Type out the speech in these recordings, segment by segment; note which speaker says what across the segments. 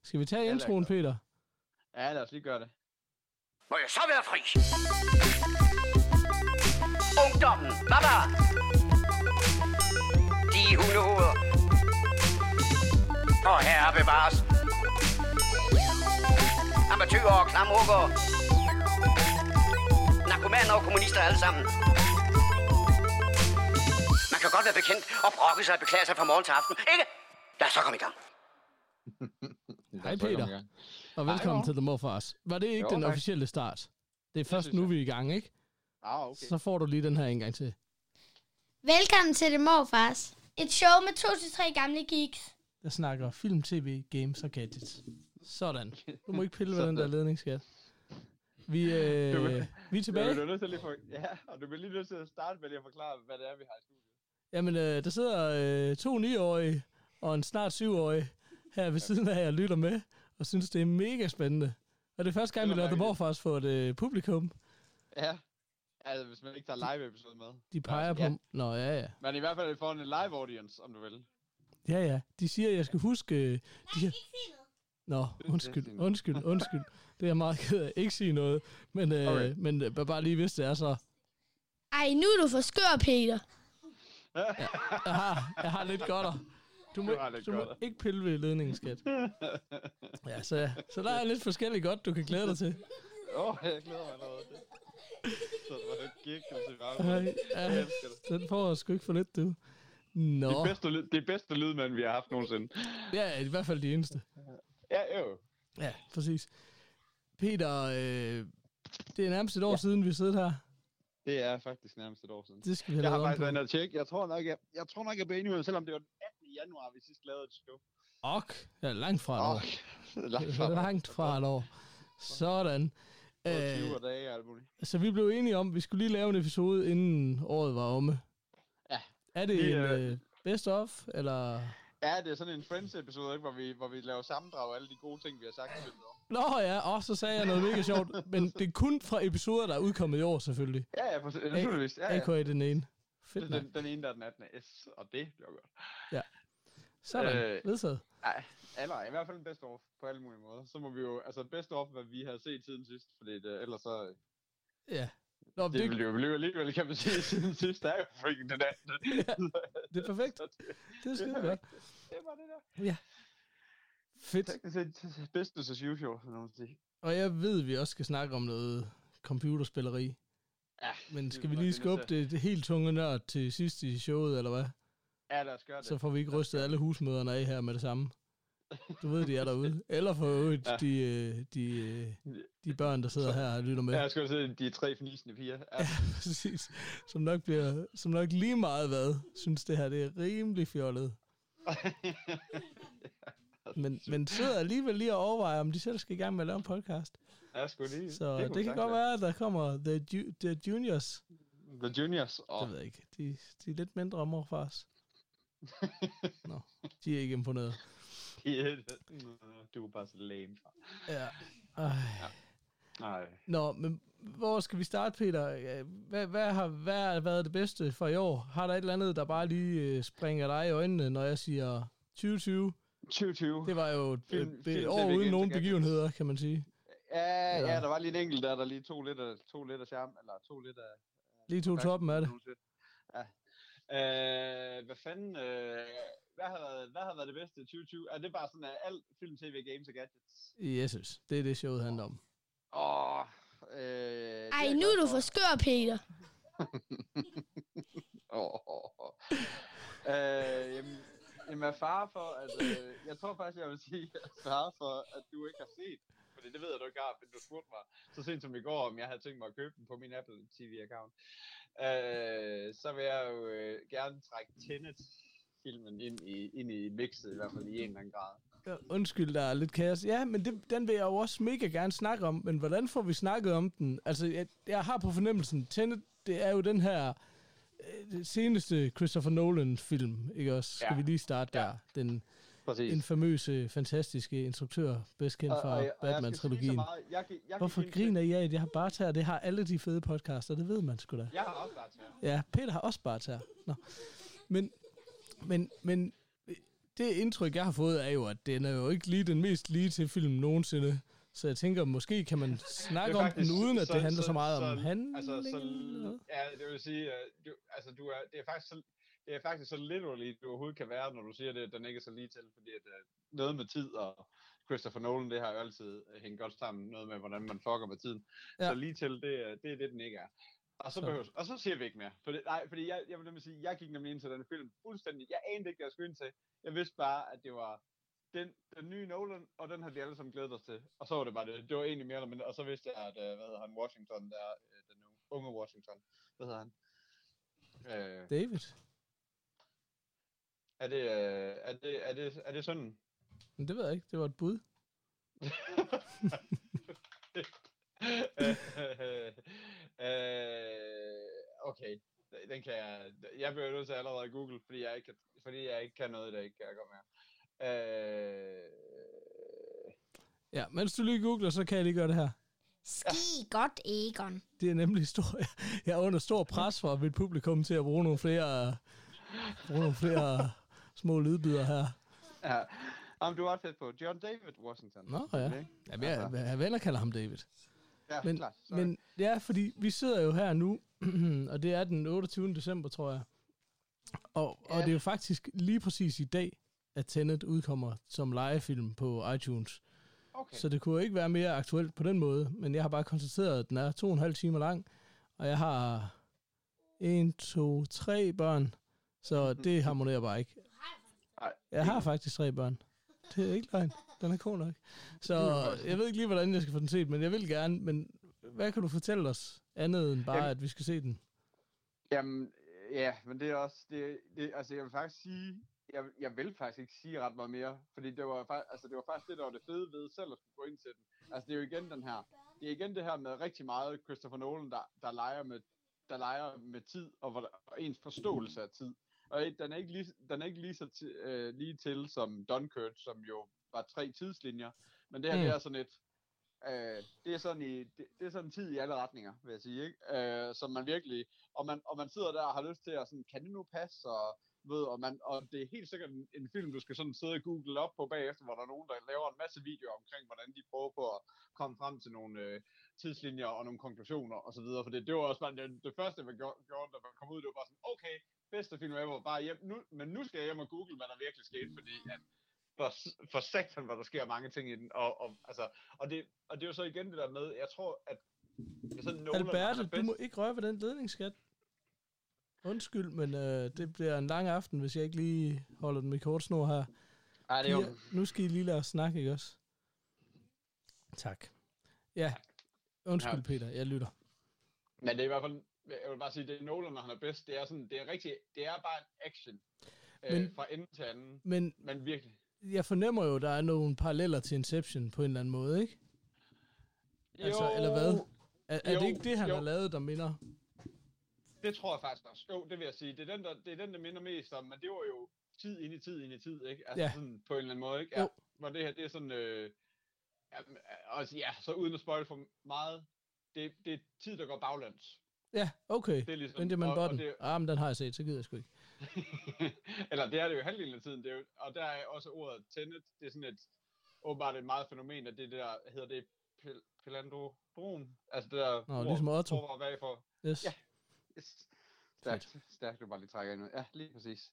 Speaker 1: Skal vi tage introen, Peter?
Speaker 2: Ja, lad os lige gøre det.
Speaker 3: Må jeg så være fri? Ungdommen, baba! De hundehoveder. Og herre bevares. Amatøger og klamrukker. Narkomaner og kommunister alle sammen. Man kan godt være bekendt og brokke sig og beklage sig fra morgen til aften, ikke? Lad os så komme i gang.
Speaker 1: Hej Peter, og velkommen til The Morfars. Var det ikke den officielle start? Det er først nu, vi er i gang, ikke?
Speaker 2: Okay.
Speaker 1: Så får du lige den her en gang til.
Speaker 4: Velkommen til The Morfars. Et show med 2-3 gamle geeks.
Speaker 1: Der snakker film, tv, games og gadgets. Sådan. Du må ikke pille ved den der ledningsskat. Vi er tilbage.
Speaker 2: Du er nødt til lige og du bliver lige nødt til at starte med lige at forklare, hvad det er, vi har i studiet.
Speaker 1: Jamen, der sidder 2 9-årige og en snart 7-årig her ved siden af, jeg lytter med, og synes, det er mega spændende. Og det er første gang, vi laver The Morfars for et publikum.
Speaker 2: Ja, altså hvis man ikke tager live-episode med.
Speaker 1: De peger på... Ja. Nå, ja.
Speaker 2: Men i hvert fald får en live audience, om du vil.
Speaker 1: Ja. De siger, at jeg skal huske... Nå, undskyld. Det er jeg meget ked af. Ikke sige noget. Men bare lige hvis det er så...
Speaker 4: Ej, nu er du for skør, Peter.
Speaker 1: Jeg har lidt godter. Du må ikke pille ved ledningen, skat. Ja, så der er lidt forskelligt godt, du kan glæde dig til.
Speaker 2: Jeg glæder mig allerede til. Så det var gik til
Speaker 1: den får jeg sgu ikke for lidt, du. Nå.
Speaker 2: Det bedste lydmand, vi har haft nogensinde.
Speaker 1: Ja, i hvert fald de eneste.
Speaker 2: Ja, jo.
Speaker 1: Ja, præcis. Peter, det er nærmest et år siden, vi sidder her.
Speaker 2: Det er faktisk nærmest et år siden.
Speaker 1: Det skal vi have
Speaker 2: jeg har faktisk været inde og tjekke. Jeg tror nok, jeg blev enig med, selvom det var den 18. januar, vi sidst lavede et show.
Speaker 1: Ja, langt fra et år. Langt fra et år. Sådan.
Speaker 2: 20 dage og alt muligt.
Speaker 1: Så vi blev enige om, at vi skulle lige lave en episode, inden året var omme.
Speaker 2: Ja.
Speaker 1: Er det en best of, eller...
Speaker 2: Ja, det er sådan en Friends-episode, ikke, hvor vi laver sammendrag af alle de gode ting, vi har sagt i løbet af år.
Speaker 1: Nå ja, så sagde jeg noget mega sjovt, men det er kun fra episoder, der er udkommet i år, selvfølgelig.
Speaker 2: Ja, naturligvis. Ja.
Speaker 1: A.k.a. den ene.
Speaker 2: Fedt, den ene, der er den 18. S, og det bliver godt.
Speaker 1: Ja. Sådan, vedtaget.
Speaker 2: Nej, i hvert fald en best of på alle mulige måder. Så må vi jo, altså best of, hvad vi har set siden sidst, fordi ellers så...
Speaker 1: Ja. Nå,
Speaker 2: det vil jo blive alligevel, kan man sige, siden sidst. Der er jo freaking den 18.
Speaker 1: Ja, det er perfekt. Det er skide godt.
Speaker 2: Det var det der.
Speaker 1: Ja. Fedt.
Speaker 2: Business as usual, kan man sige.
Speaker 1: Og jeg ved, at vi også skal snakke om noget computerspilleri.
Speaker 2: Ja.
Speaker 1: Men skal vi lige skubbe det helt tunge nørd til sidst i showet, eller hvad?
Speaker 2: Ja, lad os gøre det.
Speaker 1: Så får vi ikke rystet alle husmøderne af her med det samme. Du ved, de er derude. Eller for øvrigt de børn, der sidder her og lytter med.
Speaker 2: Ja, jeg skulle sige, de 3 fnisende piger.
Speaker 1: Ja, præcis. Som nok lige meget synes det her, det er rimelig fjollet. men sidder alligevel lige og overvejer, om de selv skal i gang med at lave en podcast.
Speaker 2: Ja, sgu lige.
Speaker 1: Så det kan godt være, at der kommer The Juniors.
Speaker 2: The Juniors?
Speaker 1: Det ved jeg ikke. De er lidt mindre om for os. Nå, de er ikke imponeret.
Speaker 2: Du er bare så lame.
Speaker 1: Ja.
Speaker 2: Nej.
Speaker 1: Nå, men hvor skal vi starte, Peter? Hvad har været det bedste for i år? Har der et eller andet, der bare lige springer dig i øjnene, når jeg siger 2020?
Speaker 2: 2020.
Speaker 1: Det var jo et år uden nogen begivenheder, kan man sige.
Speaker 2: Ja, der var lige en enkelt der lige tog lidt af charme, eller tog lidt af...
Speaker 1: Lige tog toppen af det.
Speaker 2: Ja. Hvad fanden... Hvad har været det bedste i 2020? Er det bare sådan, at alt film, tv, games og gadgets?
Speaker 1: Jesus, det er det showet handler om.
Speaker 4: Ej, nu er du for skør, Peter.
Speaker 2: Jamen, far for, at... jeg tror faktisk, jeg vil sige, at far for, at du ikke har set. Fordi det ved jeg, du ikke har, men du spurgte mig så sent som i går, om jeg havde tænkt mig at købe den på min Apple TV-account. Så vil jeg jo gerne trække Tenet-filmen ind i mixet, i hvert fald i en eller anden grad.
Speaker 1: Ja, undskyld, der er lidt kaos. Ja, men den vil jeg jo også mega gerne snakke om, men hvordan får vi snakket om den? Altså, jeg har på fornemmelsen, Tenet, det er jo den her seneste Christopher Nolan-film, ikke også? Skal vi lige starte der? Den infamøse, fantastiske instruktør, bedst kendt fra Batman-trilogien. Hvorfor griner I af? Jeg har bartager, det har alle de fede podcaster, det ved man sgu da.
Speaker 2: Jeg har også bartager.
Speaker 1: Ja, Peter har også bartager. Nå. Men det indtryk, jeg har fået, er jo, at den er jo ikke lige den mest lige til film nogensinde. Så jeg tænker, måske kan man snakke om den, uden at det handler så meget om handling.
Speaker 2: Ja, det vil sige, det er faktisk så literally, du overhovedet kan være, når du siger det, at den ikke er så lige til, fordi at noget med tid, og Christopher Nolan, det har jo altid hængt godt sammen, noget med, hvordan man fucker med tiden. Ja. Så lige til, det er det, den ikke er. Og så siger vi ikke mere. Fordi jeg vil nemlig sige, jeg gik nemlig ind til den film fuldstændig. Jeg anede ikke, hvad jeg skulle ind til. Jeg vidste bare, at det var den nye Nolan, og den har de alle sammen glædet os til. Og så var det bare det. Det var egentlig mere eller mindre. Og så vidste jeg, at, hvad hedder han, Washington, der den unge Washington. Hvad hedder han?
Speaker 1: David.
Speaker 2: Er det sådan?
Speaker 1: Men det ved jeg ikke. Det var et bud.
Speaker 2: Okay, den kan jeg bliver nødt til allerede Google, fordi jeg ikke kan noget, der ikke kan gå mere.
Speaker 1: Ja, mens du lige googler, så kan jeg lige gøre det her.
Speaker 4: Ski godt, Egon.
Speaker 1: Det er nemlig jeg er under stor pres for mit publikum til at bruge nogle flere små lydbider her.
Speaker 2: Ja, du er tæt på John David Washington.
Speaker 1: Nå ja, okay. Jeg venner kalder ham David.
Speaker 2: Ja,
Speaker 1: men,
Speaker 2: klart.
Speaker 1: Men ja, fordi vi sidder jo her nu, og det er den 28. december, tror jeg. Og det er jo faktisk lige præcis i dag, at Tenet udkommer som legefilm på iTunes. Okay. Så det kunne ikke være mere aktuelt på den måde, men jeg har bare konstateret, at den er 2,5 timer lang, og jeg har 1, 2, 3 børn, så det harmonerer bare ikke. Jeg har faktisk 3 børn. Det er ikke løgn. Den er cool nok. Så jeg ved ikke lige, hvordan jeg skal få den set, men jeg vil gerne. Men hvad kan du fortælle os andet end bare, at vi skal se den?
Speaker 2: Jamen, ja, men det er også... altså, jeg vil faktisk sige... Jeg vil faktisk ikke sige ret meget mere, fordi det var faktisk det, der var det fede ved selv at skulle gå ind til den. Altså, det er jo igen den her... Det er igen det her med rigtig meget Christopher Nolan, der leger med tid og ens forståelse af tid. Og den er ikke lige så lige til som Dunkirk, som jo var 3 tidslinjer, men det her det er sådan et det er sådan en tid i alle retninger, vil jeg sige, ikke? Som man virkelig og man sidder der og har lyst til at sådan, kan det nu passe, og det er helt sikkert en film, du skal sådan sidde og google op på bagefter, hvor der er nogen, der laver en masse videoer omkring, hvordan de prøver på at komme frem til nogle tidslinjer og nogle konklusioner og så videre, for det var også bare det første, man gjorde, da man kom ud, det var bare sådan, okay, bedste film ever, bare hjem nu, men nu skal jeg hjem og google, hvad der virkelig skete, fordi at for sektoren, hvor der sker mange ting i den, og det er jo så igen det der med, jeg tror, at det er sådan Nolan,
Speaker 1: Alberte, du må ikke røre ved den ledningsskat. Undskyld, men det bliver en lang aften, hvis jeg ikke lige holder den med kort snor her.
Speaker 2: Ej, det er jo...
Speaker 1: Nu skal I lige lade os snakke, ikke også? Tak. Ja, undskyld Peter, jeg lytter.
Speaker 2: Men det er i hvert fald, jeg vil bare sige, det er Nolan, når han er bedst. Det er sådan, det er bare en action fra ende til anden. Men virkelig.
Speaker 1: Jeg fornemmer jo, der er nogle paralleller til Inception på en eller anden måde, ikke? Altså, eller hvad? Er det ikke det, han har lavet, der minder?
Speaker 2: Det tror jeg faktisk også. Jo, det vil jeg sige. Det er den, der minder mest om, men det var jo tid ind i tid, ikke? Altså sådan på en eller anden måde, ikke? Ja, hvor det her, det er sådan, så uden at spoil for meget, det er tid, der går baglands.
Speaker 1: Ja, okay.
Speaker 2: Det er ligesom,
Speaker 1: Benjamin Button. Men den har jeg set, så gider jeg sgu ikke.
Speaker 2: Eller det er det jo halvdelen af tiden, det er jo, og der er også ordet Tenet, det er sådan åbenbart et meget fænomen, at det der, hedder det pelandrodrom, altså det der
Speaker 1: ord, ligesom Otto.
Speaker 2: For.
Speaker 1: Yes.
Speaker 2: Ja, yes. Stærkt, du bare lige trækker ind. Ja, lige præcis.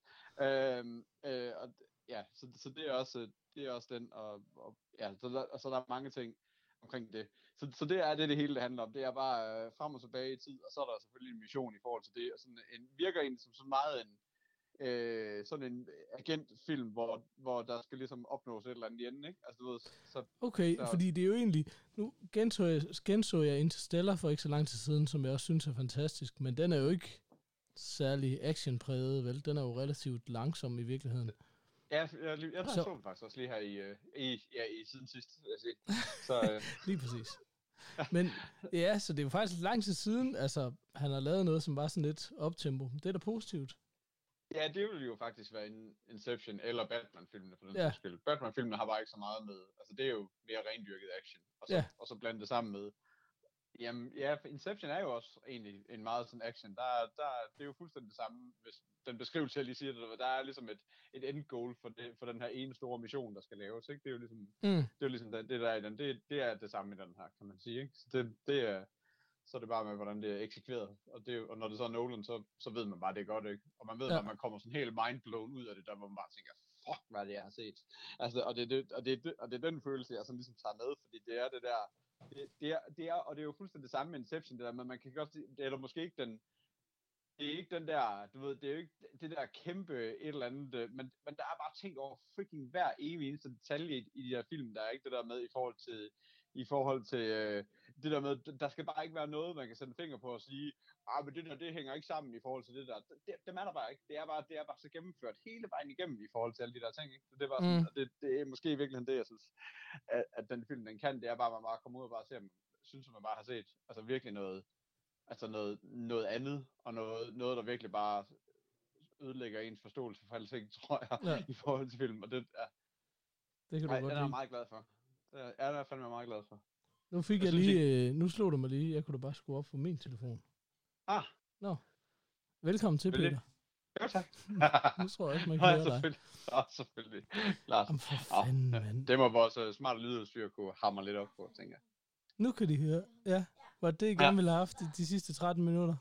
Speaker 2: Så det er også den, og så der er mange ting omkring det. Så det er det hele handler om. Det er bare frem og tilbage i tid, og så er der selvfølgelig en mission i forhold til det, og sådan virker egentlig som sådan meget sådan en agentfilm, hvor der skal ligesom opnås et eller andet i enden, ikke? Altså, du ved, så
Speaker 1: okay, fordi det er jo egentlig, nu genså jeg Interstellar for ikke så lang tid siden, som jeg også synes er fantastisk, men den er jo ikke særlig actionpræget, vel? Den er jo relativt langsom i virkeligheden.
Speaker 2: Ja, jeg så den faktisk også lige her i siden sidst, vil jeg sige. Så,
Speaker 1: lige præcis. Men ja, så det er jo faktisk lang tid siden, altså han har lavet noget, som var sådan lidt optempo. Det er da positivt.
Speaker 2: Ja, det ville jo faktisk være en Inception eller Batman-filmene for den skyld. Batman-filmene har bare ikke så meget med, altså det er jo mere rendyrket action, og så blandet det sammen med Jamen, ja, for Inception er jo også egentlig en meget sådan action. Det er jo fuldstændig det samme, hvis den beskrivelse, jeg lige siger, der er ligesom et end goal for den her ene store mission, der skal laves, ikke? Det er jo ligesom, det er jo ligesom det der er i den, det er det samme i den her, kan man sige, ikke? Så det er, så er det bare med, hvordan det er eksekveret, og når det så er Nolan, så ved man bare, det er godt, ikke? Og man ved, at man kommer sådan helt mindblown ud af det, der hvor man bare tænker, fuck, hvad er det, jeg har set? Altså, og det er den følelse, jeg sådan ligesom tager med, fordi det er det der, det er, og det er jo fuldstændig det samme med Inception, det der, men man kan godt sige, det er måske ikke det er ikke den der, du ved, det er jo ikke det der kæmpe et eller andet, men der er bare ting over freaking hver evig eneste detalje i de her film, der er ikke det der med i forhold til det der med, der skal bare ikke være noget, man kan sætte finger på og sige, men det hænger ikke sammen i forhold til det der. Dem er der bare ikke. Det er bare så gennemført hele vejen igennem i forhold til alle de der ting, ikke? Så det er bare sådan, og det er måske i virkeligheden det, jeg synes, at den film, den kan, det er bare, at man bare kommer ud og bare ser, synes, at man bare har set, altså virkelig noget, altså noget andet, og noget, der virkelig bare ødelægger ens forståelse for alting, tror jeg, i forhold til film, og det
Speaker 1: kan du godt lide.
Speaker 2: Den er jeg meget glad for. Det er jeg fandme meget glad for.
Speaker 1: Nu fik jeg lige, nu slog du mig lige, jeg kunne da bare skrue op på min telefon. Nå. Velkommen til, Peter.
Speaker 2: Jo, tak.
Speaker 1: Nu tror jeg også, man kan høre dig.
Speaker 2: Selvfølgelig. Lars.
Speaker 1: Jamen for fanden, mand.
Speaker 2: Det må vores smarte lydudstyr kunne hamre lidt op på, tænker jeg.
Speaker 1: Nu kan de høre. Ja, var det I gerne ville have haft de sidste 13 minutter?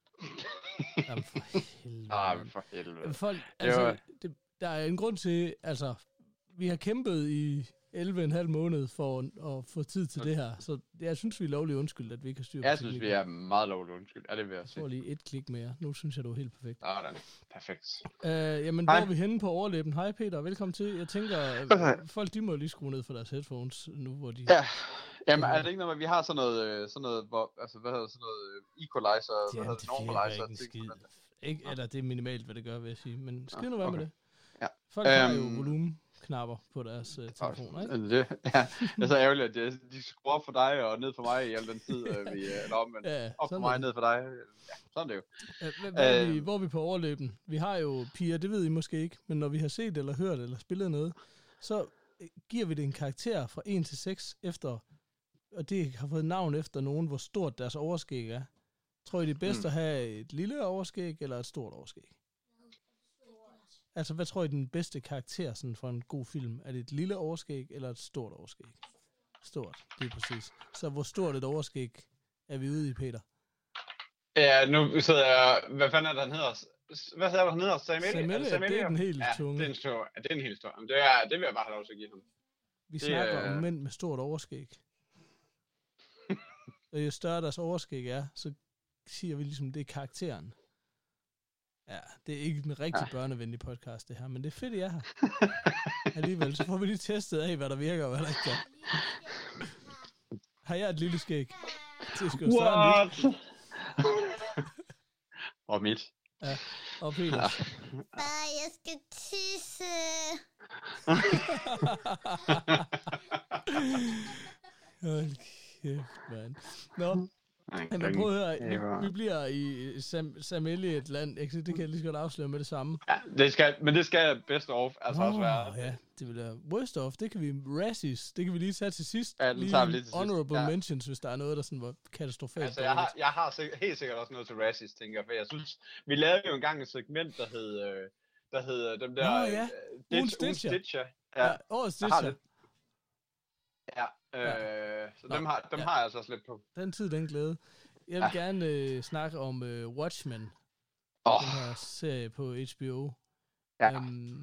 Speaker 1: Jamen for helvede.
Speaker 2: For helvede.
Speaker 1: Folk, altså, der er en grund til, altså, vi har kæmpet i 11,5 måneder for at få tid til det her, så jeg synes, vi er lovligt undskyldt, at vi ikke har styr på
Speaker 2: jeg synes, vi er meget lovligt undskyldt. Ja, det vil jeg sige.
Speaker 1: Jeg får lige et klik mere. Nu synes jeg, du er helt perfekt.
Speaker 2: Sådan. Perfekt.
Speaker 1: Jamen, hvor er vi henne på overlæben? Hej Peter, velkommen til. Jeg tænker, folk de må lige skrue ned for deres headphones nu, hvor de...
Speaker 2: Ja. Jamen, er det ikke noget, at vi har sådan noget hvor, altså, hvad hedder sådan noget equalizer, hvad hedder det, normalizer?
Speaker 1: Ikke skid. Ikke, eller det er minimalt, hvad det gør, vil jeg sige, men skid nu være med det.
Speaker 2: Ja.
Speaker 1: Folk har jo volumenknapper på deres telefoner, ikke?
Speaker 2: Det er så ærgerligt, at de skruer op for dig og ned for mig i al den tid, vi er omvendt. Op for mig, ned for dig. Ja, sådan er det jo.
Speaker 1: Hvor er vi på overløben? Vi har jo piger, det ved I måske ikke, men når vi har set eller hørt eller spillet noget, så giver vi det en karakter fra 1 til 6 efter, og det har fået navn efter nogen, hvor stort deres overskæg er. Tror I, det er bedst at have et lille overskæg eller et stort overskæg? Altså, hvad tror I den bedste karakter sådan, for en god film? Er det et lille overskæg eller et stort overskæg? Stort, det er præcis. Så hvor stort et overskæg er vi ude i, Peter?
Speaker 2: Ja, nu sidder jeg... Hvad fanden er det, han hedder? Hvad hedder han hedder?
Speaker 1: Samelle, det er den helt tunge.
Speaker 2: Det er en helt stor. Det vil jeg bare have lov til at give ham.
Speaker 1: Vi snakker om mænd med stort overskæg. Og jo større deres overskæg er, så siger vi ligesom, det er karakteren. Ja, det er ikke en rigtig børnevenlig podcast, det her, men det er fedt, I er her. Alligevel, så får vi lige testet af, hvad der virker og hvad der ikke gør. Har jeg et lille skæg?
Speaker 2: What? Og mit.
Speaker 1: Ja, og Peter.
Speaker 4: Jeg skal tisse.
Speaker 1: Hold kæft, mand. Nå. Men prøv at høre, vi bliver i Sam Elliott-land, det kan jeg lige så godt afsløre med det samme.
Speaker 2: Ja, det skal best of altså også være.
Speaker 1: Ja, det vil være worst of, det kan vi, Razzies, det kan vi lige tage til sidst.
Speaker 2: Ja, den tager vi lige til
Speaker 1: honorable mentions, hvis der er noget, der sådan var katastrofalt.
Speaker 2: Altså, jeg har helt sikkert også noget til Razzies, tænker jeg, for jeg synes, vi lavede jo engang et segment, der hed dem der...
Speaker 1: Ugens Stitcher.
Speaker 2: Ja,
Speaker 1: årets Stitcher.
Speaker 2: Ja, så dem har jeg altså også lidt på.
Speaker 1: Den tid, den glæde. Jeg vil gerne snakke om Watchmen. Den her serie på HBO.
Speaker 2: Ja.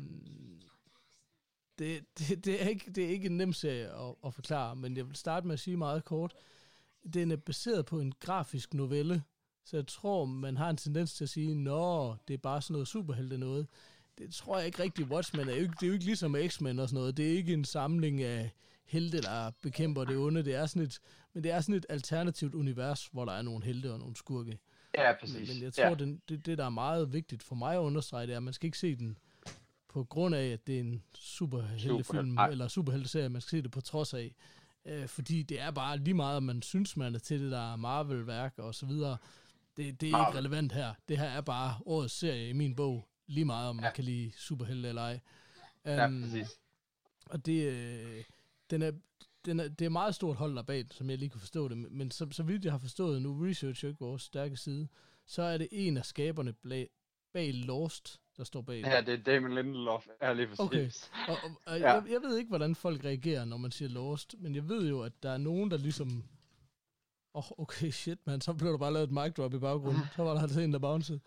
Speaker 1: Det er ikke en nem serie at forklare, men jeg vil starte med at sige meget kort. Den er baseret på en grafisk novelle, så jeg tror, man har en tendens til at sige, det er bare sådan noget superhelte noget. Det tror jeg ikke rigtigt. Watchmen det er jo ikke ligesom X-Men og sådan noget. Det er ikke en samling af helte, der bekæmper det onde. Det er sådan et alternativt univers, hvor der er nogle helte og nogle skurke.
Speaker 2: Ja, præcis.
Speaker 1: Men jeg tror, det der er meget vigtigt for mig at understrege, det er, at man skal ikke se den på grund af, at det er en superheltefilm eller superhelteserie. Man skal se det på trods af. Fordi det er bare lige meget, at man synes, man er til det der Marvel-værk og så videre. Det er ikke relevant her. Det her er bare årets serie i min bog. Lige meget, om man kan lide superhelte eller ej.
Speaker 2: Ja, præcis.
Speaker 1: Og den det er meget stort hold der bag, som jeg lige kan forstå det, men så vidt jeg har forstået, nu research jo ikke vores stærke side, så er det en af skaberne bag Lost, der står bag.
Speaker 2: Ja, det er Damon Lindelof, er lige præcis.
Speaker 1: Okay, og
Speaker 2: Ja.
Speaker 1: jeg ved ikke, hvordan folk reagerer, når man siger Lost, men jeg ved jo, at der er nogen, der ligesom... okay, shit, man, så blev der bare lavet et mic drop i baggrunden. Så var der altså en, der bouncede.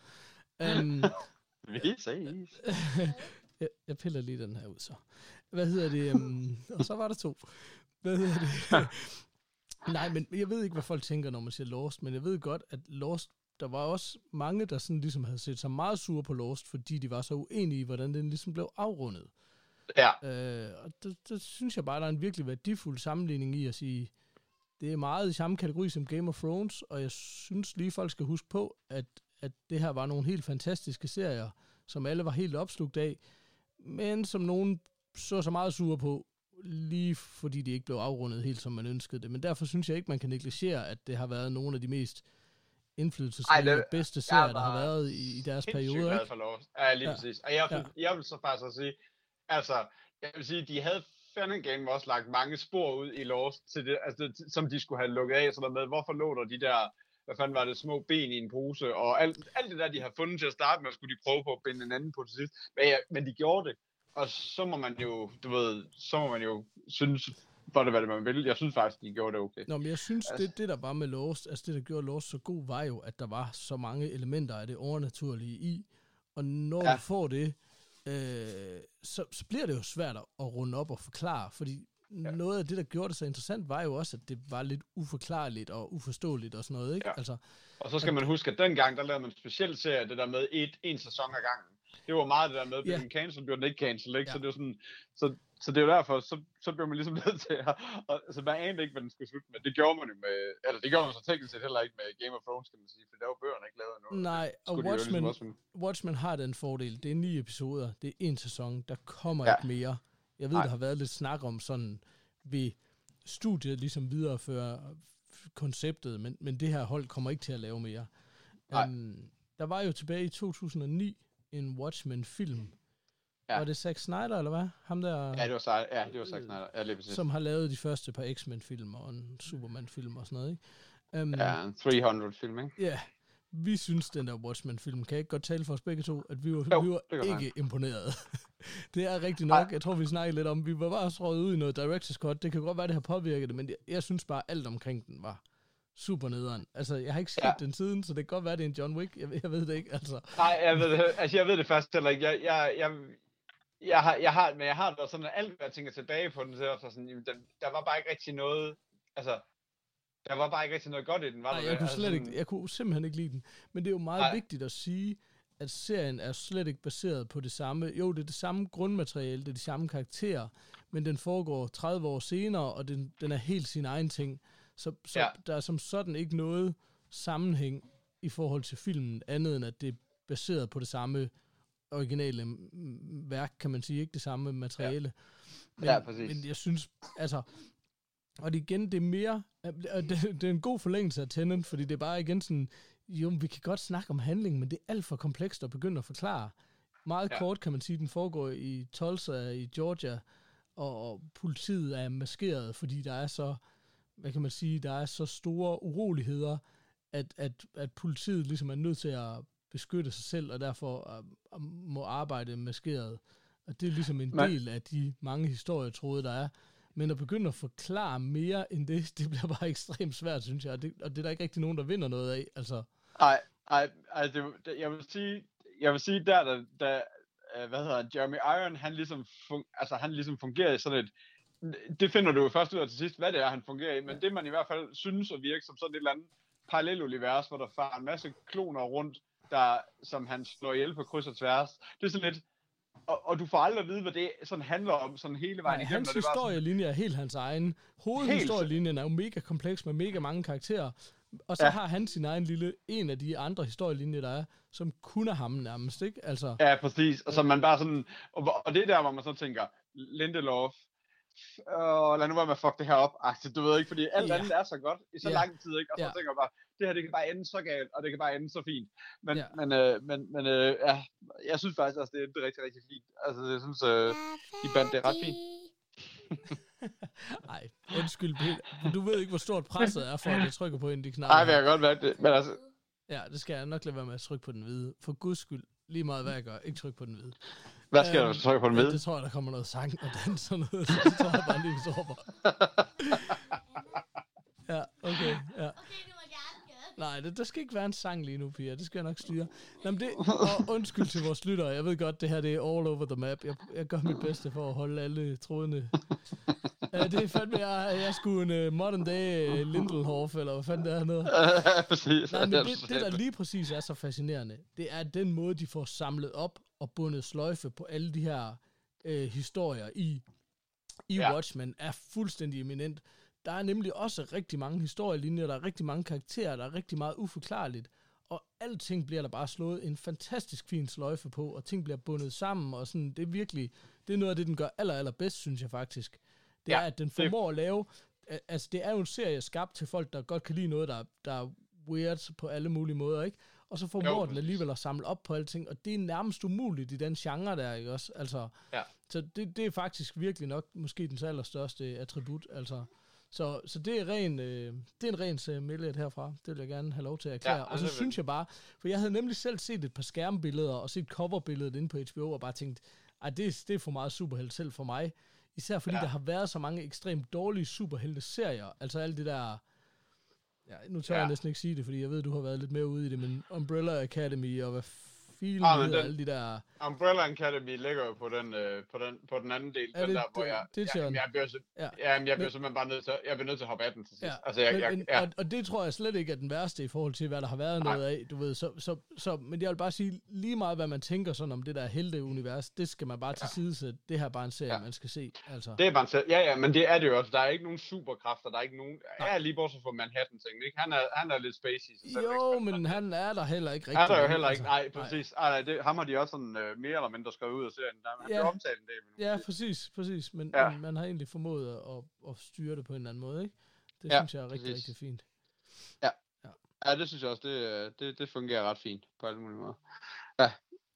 Speaker 2: Vi ses.
Speaker 1: Jeg piller lige den her ud, så. Hvad hedder det? Og så var der 2. Hvad hedder det? Nej, men jeg ved ikke, hvad folk tænker, når man siger Lost, men jeg ved godt, at Lost, der var også mange, der sådan ligesom havde set sig meget sure på Lost, fordi de var så uenige i, hvordan den ligesom blev afrundet.
Speaker 2: Ja.
Speaker 1: Og der synes jeg bare, der er en virkelig værdifuld sammenligning i at sige, det er meget i samme kategori som Game of Thrones, og jeg synes lige, folk skal huske på, at det her var nogle helt fantastiske serier, som alle var helt opslugt af, men som nogen så meget sure på, lige fordi de ikke blev afrundet helt, som man ønskede det. Men derfor synes jeg ikke, man kan negligere, at det har været nogle af de mest indflydelsesrige og bedste serier, der har været i deres perioder. Ikke?
Speaker 2: Ja, lige præcis. Og jeg vil så faktisk også sige, altså, jeg vil sige, de havde fandme game også lagt mange spor ud i Lost, til det, altså, som de skulle have lukket af, sådan noget med, hvorfor lå der de der, hvad fanden var det, små ben i en pose, og alt det der, de har fundet til at starte med, skulle de prøve på at binde en anden på til sidst. Men de gjorde det, og så må man jo, du ved, synes, for det, hvad det man vil. Jeg synes faktisk, de gjorde det okay.
Speaker 1: Nå, men jeg synes, altså, det der var med Lost, altså det, der gjorde Lost så god, var jo, at der var så mange elementer af det overnaturlige i, og når du får det, så bliver det jo svært at runde op og forklare, fordi noget af det, der gjorde det så interessant, var jo også, at det var lidt uforklarligt og uforståeligt og sådan noget, ikke?
Speaker 2: Ja.
Speaker 1: Altså,
Speaker 2: og så skal man huske, at dengang, der lavede man en speciel serie, det der med en sæson ad gangen. Det var meget det der med, blev den cancel, blev den ikke cancel, ikke? Ja. Så det var sådan, så det er jo derfor, så blev man ligesom nødt til at, altså man anede ikke, hvad den skulle slutte med. Det gjorde man jo med, eller det gjorde man så teknisk set heller ikke med Game of Thrones, kan man sige, for der var bøgerne ikke lavet endnu.
Speaker 1: Nej, og Watchmen har den fordel, det er 9 episoder, det er 1 sæson, der kommer ikke mere. Jeg ved, der har været lidt snak om sådan, ved studiet ligesom viderefører konceptet, men det her hold kommer ikke til at lave mere. Der var jo tilbage i 2009 en Watchmen-film. Ja. Var det Zack Snyder, eller hvad? Ham der...
Speaker 2: Ja, det var Zack Snyder. Ja, lige præcis.
Speaker 1: Som har lavet de første par X-Men-film og en Superman-film og sådan noget, ikke?
Speaker 2: Ja, en 300-film, ikke?
Speaker 1: Ja. Vi synes, den der Watchmen-film, kan jeg ikke godt tale for os begge to, at vi var ikke imponeret. Det er rigtigt nok. Jeg tror, vi snakkede lidt om, vi var bare strøget ud i noget director's cut. Det kan godt være, det har påvirket det, men jeg synes bare, alt omkring den var super nederen. Altså, jeg har ikke set den siden, så det kan godt være, det er en John Wick. Jeg ved det ikke, altså.
Speaker 2: Nej, jeg ved det faktisk heller ikke. Jeg har da sådan, alt hvad jeg tænker tilbage på den, så sådan, der var bare ikke rigtig noget, altså, der var bare ikke rigtig noget godt i den, var der?
Speaker 1: Nej, jeg kunne simpelthen ikke lide den. Men det er jo meget vigtigt at sige, at serien er slet ikke baseret på det samme. Jo, det er det samme grundmateriale, det er de samme karakterer, men den foregår 30 år senere, og den er helt sin egen ting. Så der er som sådan ikke noget sammenhæng i forhold til filmen, andet end at det er baseret på det samme originale værk, kan man sige, ikke det samme materiale. Men jeg synes, altså, og det er mere, det er en god forlængelse af Tenet, fordi det er bare igen sådan, jo, vi kan godt snakke om handling, men det er alt for komplekst at begynde at forklare. Meget kort kan man sige, den foregår i Tulsa i Georgia, og politiet er maskeret, fordi der er så, hvad kan man sige, der er så store uroligheder, at politiet ligesom er nødt til at beskytte sig selv, og derfor må arbejde maskeret. Og det er ligesom en del af de mange historietråde, der er. Men at begynde at forklare mere end det bliver bare ekstremt svært, synes jeg. Og det er der ikke rigtig nogen, der vinder noget af. Altså.
Speaker 2: Nej, jeg vil sige der hvad hedder Jeremy Irons, han ligesom fungerer i sådan et, det finder du jo først ud af til sidst, hvad det er, han fungerer i, men det man i hvert fald synes at virke som sådan et eller andet parallelunivers, hvor der farer en masse kloner rundt, som han slår ihjel på kryds og tværs. Det er sådan lidt, og du får aldrig at vide, hvad det sådan handler om, sådan hele vejen igennem.
Speaker 1: Hans historielinje er helt hans egen. Hovedhistorielinjen er jo mega kompleks med mega mange karakterer, og så har han sin egen lille, en af de andre historielinjer, der er, som kun er ham nærmest, ikke? Altså.
Speaker 2: Ja, præcis. Og så man bare sådan, og det er der, hvor man så tænker, Lindelof, lad nu være med at fuck det her op, du ved ikke, fordi alt andet er så godt i så lang tid, ikke? Og så tænker jeg bare, det her, det kan bare ende så galt, og det kan bare ende så fint. Men jeg synes faktisk også, det er rigtig, rigtig fint. Altså, jeg synes, de bandt det ret fint.
Speaker 1: Nej, undskyld, Peter. Du ved ikke, hvor stort presset er for, at jeg trykker på en af de knapper.
Speaker 2: Nej, det kan godt være det. Men altså...
Speaker 1: Ja, det skal jeg nok lade være med at trykke på den hvide. For guds skyld, lige meget hvad jeg gør, ikke trykke på den hvide.
Speaker 2: Hvad skal du trykke på den hvide?
Speaker 1: Det tror jeg, der kommer noget sang og dans og noget, så det tror jeg bare lige, vi stopper. Ja, okay, ja.
Speaker 4: Okay, du må gerne gøre det.
Speaker 1: Nej, der skal ikke være en sang lige nu, Pia. Det skal jeg nok styre. Nå, men det, og undskyld til vores lyttere. Jeg ved godt, det her det er all over the map. Jeg gør mit bedste for at holde alle trådene. Det er fandme, jeg skulle en modern day Lindelhof, eller hvad fanden det er noget.
Speaker 2: Præcis.
Speaker 1: Nej, men det, der lige præcis er så fascinerende, det er den måde, de får samlet op og bundet sløjfe på alle de her historier i Watchmen, er fuldstændig eminent. Der er nemlig også rigtig mange historielinjer, der er rigtig mange karakterer, der er rigtig meget uforklarligt, og alting bliver der bare slået en fantastisk fin sløjfe på, og ting bliver bundet sammen, og sådan, det er virkelig, det er noget af det, den gør allerbedst, synes jeg faktisk. Det er, at den formår at lave, altså det er jo en serie skabt til folk, der godt kan lide noget, der er weird på alle mulige måder, ikke? Og så formår den alligevel at samle op på alting, og det er nærmest umuligt i den genre der, ikke også? Altså, så det er faktisk virkelig nok måske den allerstørste attribut, altså. Så det er en ren millet herfra. Det vil jeg gerne have lov til at erklære. Ja, og så synes jeg bare, for jeg havde nemlig selv set et par skærmbilleder og set coverbilledet inde på HBO og bare tænkt, det er for meget superhelt selv for mig. Især fordi der har været så mange ekstremt dårlige superhelte-serier. Altså alle det der... Ja, nu tør jeg næsten ikke sige det, fordi jeg ved, du har været lidt mere ude i det, men Umbrella Academy og hvad alle de der...
Speaker 2: Umbrella Academy ligger jo på den anden del, den der, hvor jeg bliver simpelthen bare nødt til, jeg bliver nødt til at hoppe af den til sidst.
Speaker 1: Ja.
Speaker 2: Altså,
Speaker 1: og det tror jeg slet ikke er den værste i forhold til, hvad der har været noget af, du ved, men jeg vil bare sige, lige meget hvad man tænker sådan om det der helteunivers, det skal man bare til side sætte. Det her er bare en serie, man skal se, altså.
Speaker 2: Det er bare en serie, men det er det jo også. Der er ikke nogen superkræfter, der er ikke nogen, lige bortset fra Manhattan-ting, ikke? Han er lidt spacey.
Speaker 1: Jo, men han er der heller ikke rigtig.
Speaker 2: Han er der jo heller ikke, nej, præcis. Ham har de også sådan mere eller mindre skrevet ud af serien. Han bliver omtalt en del.
Speaker 1: Ja, præcis. Men man har egentlig formået at styre det på en eller anden måde, ikke? Det synes jeg er rigtig, rigtig fint.
Speaker 2: Ja, det synes jeg også. Det fungerer ret fint på alle mulige måder. Ja.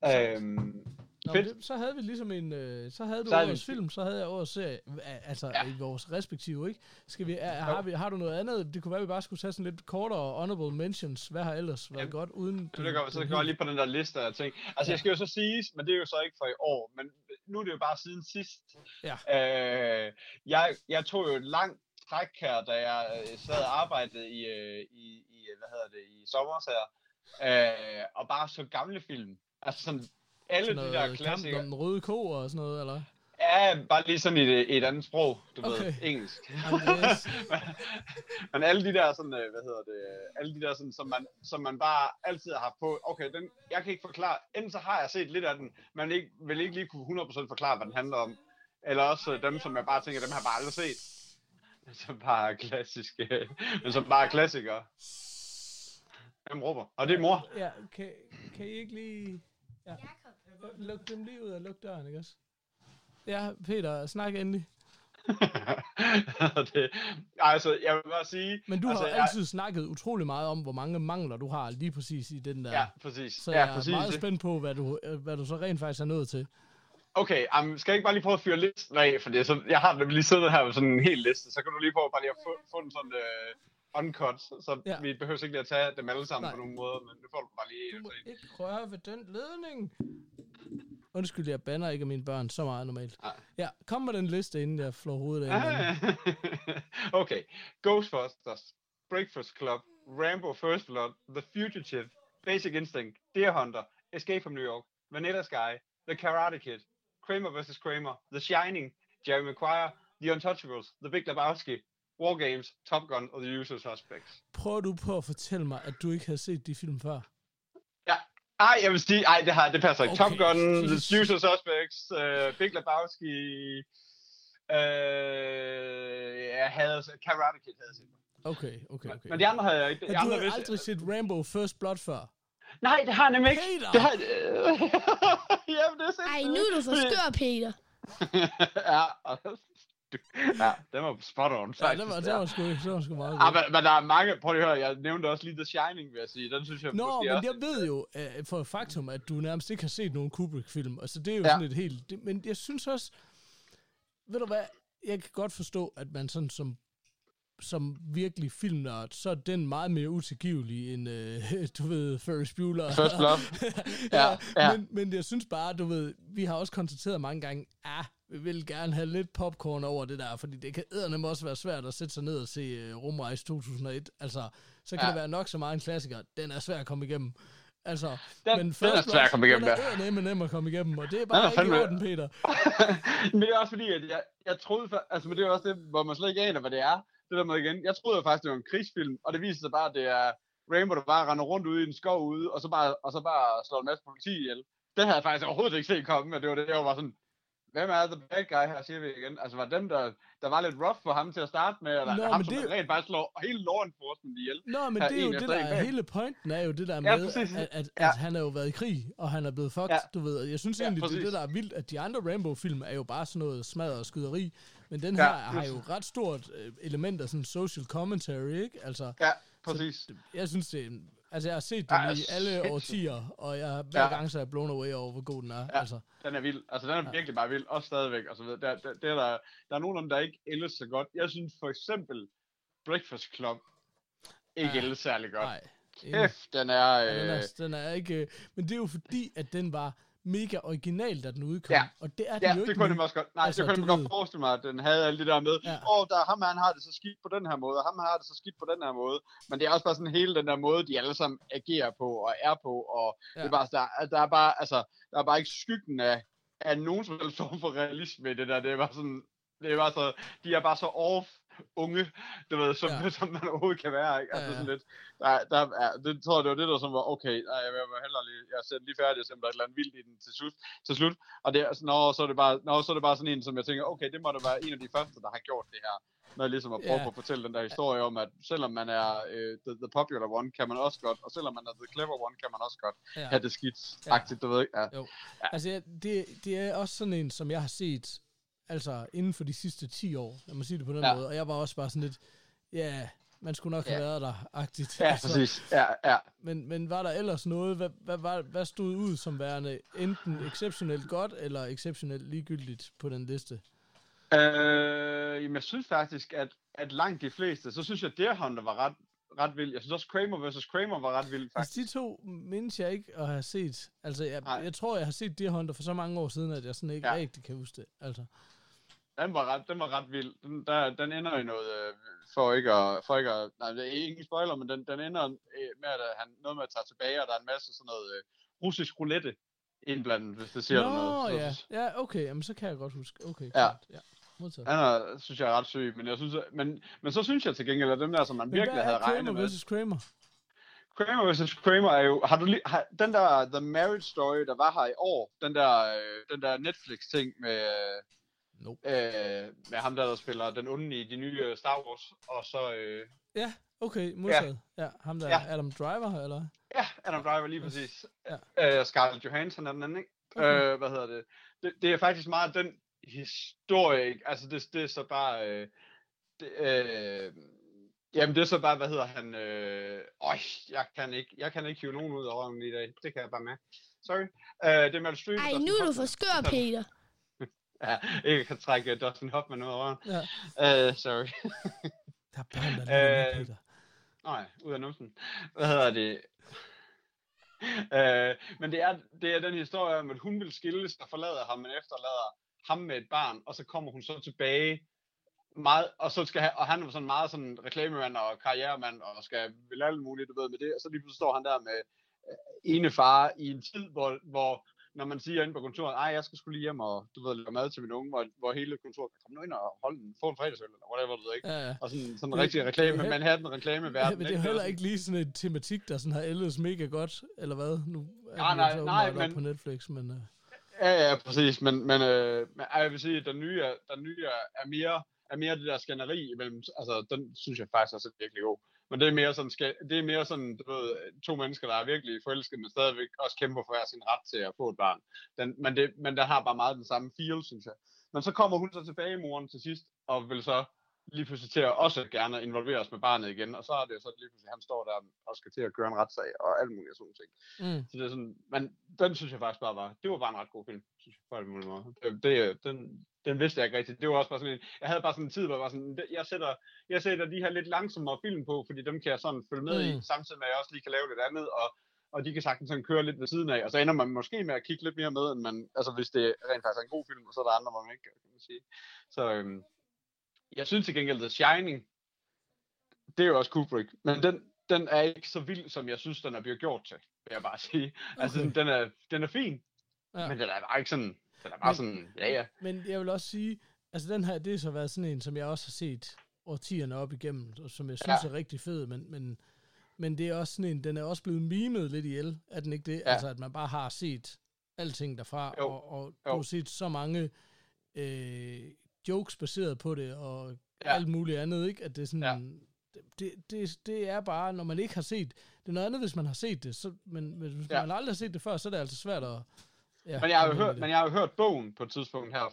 Speaker 1: Så havde vi ligesom så havde du årets film, så havde jeg årets serie, altså i vores respektive, ikke? Skal vi, har du noget andet? Det kunne være, vi bare skulle tage sådan lidt kortere honorable mentions. Hvad har ellers været godt uden...
Speaker 2: Så går jeg lige på den der liste af ting. Altså, jeg skal jo så sige, men det er jo så ikke for i år, men nu er det jo bare siden sidst. Ja. Jeg tog jo et langt træk her, da jeg sad og arbejdede i sommer her, og bare så gamle film. Altså sådan alle de der klassikere.
Speaker 1: Den røde ko og sådan noget, eller?
Speaker 2: Ja, bare lige sådan i et andet sprog, du ved, engelsk. Men alle de der sådan, alle de der sådan, som man bare altid har haft på, okay, jeg kan ikke forklare, enten så har jeg set lidt af den, men vil ikke lige kunne 100% forklare, hvad den handler om. Eller også dem, som jeg bare tænker, dem har jeg bare aldrig set. Som bare er klassiske, men som bare er klassikere. Hvem råber? Og det er mor.
Speaker 1: Ja, kan I ikke lige... Ja. Luk dem lige ud og luk døren, ikke også? Ja, Peter, snak endelig.
Speaker 2: Altså, jeg vil bare sige...
Speaker 1: Men du har altid snakket utrolig meget om, hvor mange mangler du har lige præcis i den der...
Speaker 2: Ja, præcis.
Speaker 1: Så jeg er meget spændt på, hvad du så rent faktisk er nået til.
Speaker 2: Okay, skal jeg ikke bare lige prøve at fyre listen af? Fordi jeg har nemlig lige siddet her med sådan en hel liste, så kan du lige prøve bare lige at få den sådan... uncut, så vi behøver ikke lige at tage dem alle sammen på nogen måde, men nu får du bare lige...
Speaker 1: Du må ikke røre ved den ledning. Undskyld, jeg banner ikke af mine børn så meget normalt. Ja, kom med den liste, inden jeg flår hovedet af.
Speaker 2: Okay. Ghostbusters, Breakfast Club, Rambo First Blood, The Fugitive, Basic Instinct, Deer Hunter, Escape from New York, Vanilla Sky, The Karate Kid, Kramer vs. Kramer, The Shining, Jerry Maguire, The Untouchables, The Big Lebowski, War Games, Top Gun og The Usual Suspects.
Speaker 1: Prøver du på at fortælle mig, at du ikke havde set de film før?
Speaker 2: Ja. Jeg vil sige, det passer ikke. Okay. Top Gun, The Usual Suspects, Big Lebowski, jeg havde Karate Kid havde set.
Speaker 1: Okay.
Speaker 2: Men de andre havde jeg ikke.
Speaker 1: Du har aldrig set Rambo First Blood før?
Speaker 2: Nej, det har jeg nemlig ikke.
Speaker 1: Peter!
Speaker 2: Det har... Jamen, det er
Speaker 4: ej, nu er du for skør, Peter.
Speaker 2: Ja, den var spot on, faktisk.
Speaker 1: Ja, det var sgu meget
Speaker 2: godt. Men der er mange, prøv lige at høre, jeg nævnte også lige The Shining, vil jeg sige. Den synes jeg
Speaker 1: måske men jeg ved jo for faktum, at du nærmest ikke har set nogen Kubrick-film. Altså, det er jo sådan et helt... Men jeg synes også... Ved du hvad? jeg kan godt forstå, at man sådan som virkelig filmnørd, så er den meget mere utilgivelig end, du ved, Ferris Bueller.
Speaker 2: First Love. Ja.
Speaker 1: Men jeg synes bare, du ved, vi har også konstateret mange gange, vi vil gerne have lidt popcorn over det der, fordi det kan eddernemlig også være svært at sætte sig ned og se Rumrejse 2001. Altså, så kan det være nok så meget en klassiker. Den er svær at komme igennem. Altså,
Speaker 2: den er svær at komme igennem,
Speaker 1: den er eddernemlig at komme igennem, og det er bare ikke i orden, Peter.
Speaker 2: Men det er også fordi, at jeg troede, altså, men det er også det, hvor man slet ikke aner, hvad det er. Det der med igen. Jeg troede faktisk, det var en krigsfilm, og det viser sig bare, at det er Rainbow, der bare render rundt ude i en skov ude, og så bare slår en masse politi ihjel. Den havde jeg faktisk overhovedet ikke set komme, og det var det, jeg var sådan, hvem er the bad guy her, siger vi igen. Altså var dem, der var lidt rough for ham til at starte med, eller ham, som rent bare slår hele law enforcement ihjel.
Speaker 1: Nå, men det er jo det der, hele pointen er jo det der med, at han har jo været i krig, og han er blevet fucked, du ved. Jeg synes egentlig, det er det, der er vildt, at de andre Rainbow-film er jo bare sådan noget smadret og skyderi, men den her har jo ret stort element af sådan social commentary, ikke? Altså,
Speaker 2: ja, præcis.
Speaker 1: Jeg synes, jeg har set den i alle årtier, og hver gang så er jeg blown away over, hvor god den er.
Speaker 2: Ja, altså. Den er vild. Altså, den er virkelig bare vild. Også stadigvæk. Altså, der er nogen af dem, der ikke ældes så godt. Jeg synes for eksempel, Breakfast Club ikke ældes særlig godt. Nej. Kæft, den
Speaker 1: er ikke... Men det er jo fordi, at den var mega original, da den udkom. Ja. Og det er den jo ikke.
Speaker 2: Det kunne jeg også godt. Nej, altså, det kunne jeg godt forestille mig, at den havde alle det der med, ham han har det så skidt på den her måde, og ham har det så skidt på den her måde. Men det er også bare sådan hele den der måde, de alle sammen agerer på og er på, og det er bare, der er bare ikke skyggen af nogen som helst form for realisme i det der. Det er bare så, de er bare så off unge, du ved, som man overhovedet kan være, ikke? Altså sådan lidt, det tror jeg, det var det, der som var, okay, jeg var hellere lige, jeg ser lige færdig, og se, om der er et eller andet vildt i den til slut, og det er, så er det bare sådan en, som jeg tænker, okay, det må da være en af de første, der har gjort det her, med ligesom at prøve på at fortælle den der historie om, at selvom man er the popular one, kan man også godt, og selvom man er the clever one, kan man også godt have det skidt-agtigt, du ved ikke? Ja.
Speaker 1: Altså, det er også sådan en, som jeg har set, altså inden for de sidste 10 år, lad mig sige det på den måde, og jeg var også bare sådan lidt, man skulle nok have været der-agtigt.
Speaker 2: Ja, altså, præcis. Ja.
Speaker 1: Men var der ellers noget, hvad stod ud som værende enten exceptionelt godt, eller exceptionelt ligegyldigt på den liste?
Speaker 2: Jamen, jeg synes faktisk, at langt de fleste, så synes jeg, at Deer Hunter var ret vild. Jeg synes også, Kramer vs. Kramer var ret vild, faktisk.
Speaker 1: Altså, de to mindes jeg ikke at have set. Altså, jeg tror, jeg har set Deer Hunter for så mange år siden, at jeg sådan ikke rigtig kan huske det. Altså.
Speaker 2: Den var ret vild. Den ender i noget, nej, det er ingen spoiler, men den ender med, at han noget med at tage tilbage, og der er en masse sådan noget russisk roulette indblandet, hvis det siger noget.
Speaker 1: Ja, okay, jamen så kan jeg godt huske. Okay,
Speaker 2: ja.
Speaker 1: Modtaget.
Speaker 2: Synes jeg er ret syg, men jeg synes, men så synes jeg til gengæld, at dem der, som man virkelig havde regnet med. Kramer vs. Kramer er jo, den der The Marriage Story, der var her i år, den der Netflix-ting med, med ham der spiller den onde i de nye Star Wars, og så...
Speaker 1: Ja, okay, modtaget. Ja, ham der Adam Driver, eller?
Speaker 2: Ja, Adam Driver, lige præcis. Scarlett Johansson er den anden, ikke?
Speaker 1: Okay.
Speaker 2: Hvad hedder det? Det er faktisk meget den historie, altså det er så bare... jamen det er så bare, hvad hedder han... jeg kan ikke hive nogen ud af røven i dag. Det kan jeg bare med. Sorry. Det er Meryl Streep.
Speaker 4: Ej, nu er du for skør, Peter.
Speaker 2: Ja, jeg kan trække Dustin Hoffman ud af røven. Sorry.
Speaker 1: Der er børn, der Peter.
Speaker 2: Nej, ud af numsen. Hvad hedder det? Men det er den historie om, at hun vil skilles og forlader ham, men efterlader ham med et barn, og så kommer hun så tilbage meget, og så skal og han er sådan meget sådan reklamemand og karrieremand, og skal vil alt muligt, du ved, med det, og så lige pludselig står han der med ene far i en tid, hvor når man siger inde på kontoret, jeg skal sgu lige hjem og, du ved, lave mad til min unge, hvor hele kontoret kan komme nu ind og få en fredagsøl, eller whatever, du ved ikke. Ja. Og sådan en rigtig reklame, Manhattan-reklameverden.
Speaker 1: Men det er heller ikke lige sådan en tematik, der sådan har ældes mega godt, eller hvad? Nu
Speaker 2: nej, men...
Speaker 1: på Netflix, men...
Speaker 2: Ja, præcis, men jeg vil sige, at den nye er mere det der skænderi imellem, altså, den synes jeg faktisk også er virkelig god. Men det er mere sådan, du ved, to mennesker, der er virkelig forelskede, men stadigvæk også kæmper for sin ret til at få et barn. Men der har bare meget den samme feel, synes jeg. Men så kommer hun så tilbage, moren, til sidst, og vil så lige pludselig til at også gerne involvere os med barnet igen, og så er det jo så lige pludselig, han står der og skal til at køre en retssag, og alt muligt sådan ting. Så det er sådan, men den synes jeg faktisk bare det var bare en ret god film, synes jeg, på alle mulige måder. Den vidste jeg ikke rigtigt. Det var også bare sådan jeg havde bare sådan en tid, hvor jeg var sådan, jeg sætter de her lidt langsommere film på, fordi dem kan jeg sådan følge med i, samtidig med at jeg også lige kan lave lidt andet, og de kan sagtens sådan køre lidt ved siden af, og så ender man måske med at kigge lidt mere med, end man, altså hvis det rent faktisk er en god film, og så er der andre, man ikke kan man sige. Så jeg synes til gengæld, The Shining, det er jo også Kubrick, men den er ikke så vild, som jeg synes, den er blevet gjort til, vil jeg bare sige. Okay. Altså, den er fin, men den er bare ikke sådan, den er bare sådan, ja.
Speaker 1: Men jeg vil også sige, altså den her, det har så været sådan en, som jeg også har set årtierne op igennem, og som jeg synes er rigtig fed, men det er også sådan en, den er også blevet mimet lidt ihjel, er den ikke det? Ja. Altså, at man bare har set alting derfra, og du har set så mange jokes baseret på det, og alt muligt andet, ikke? At det er sådan, det er bare, når man ikke har set, det er noget andet, hvis man har set det, så, men hvis man aldrig har set det før, så er det altså svært at... Ja, men
Speaker 2: jeg har jo hørt bogen på et tidspunkt her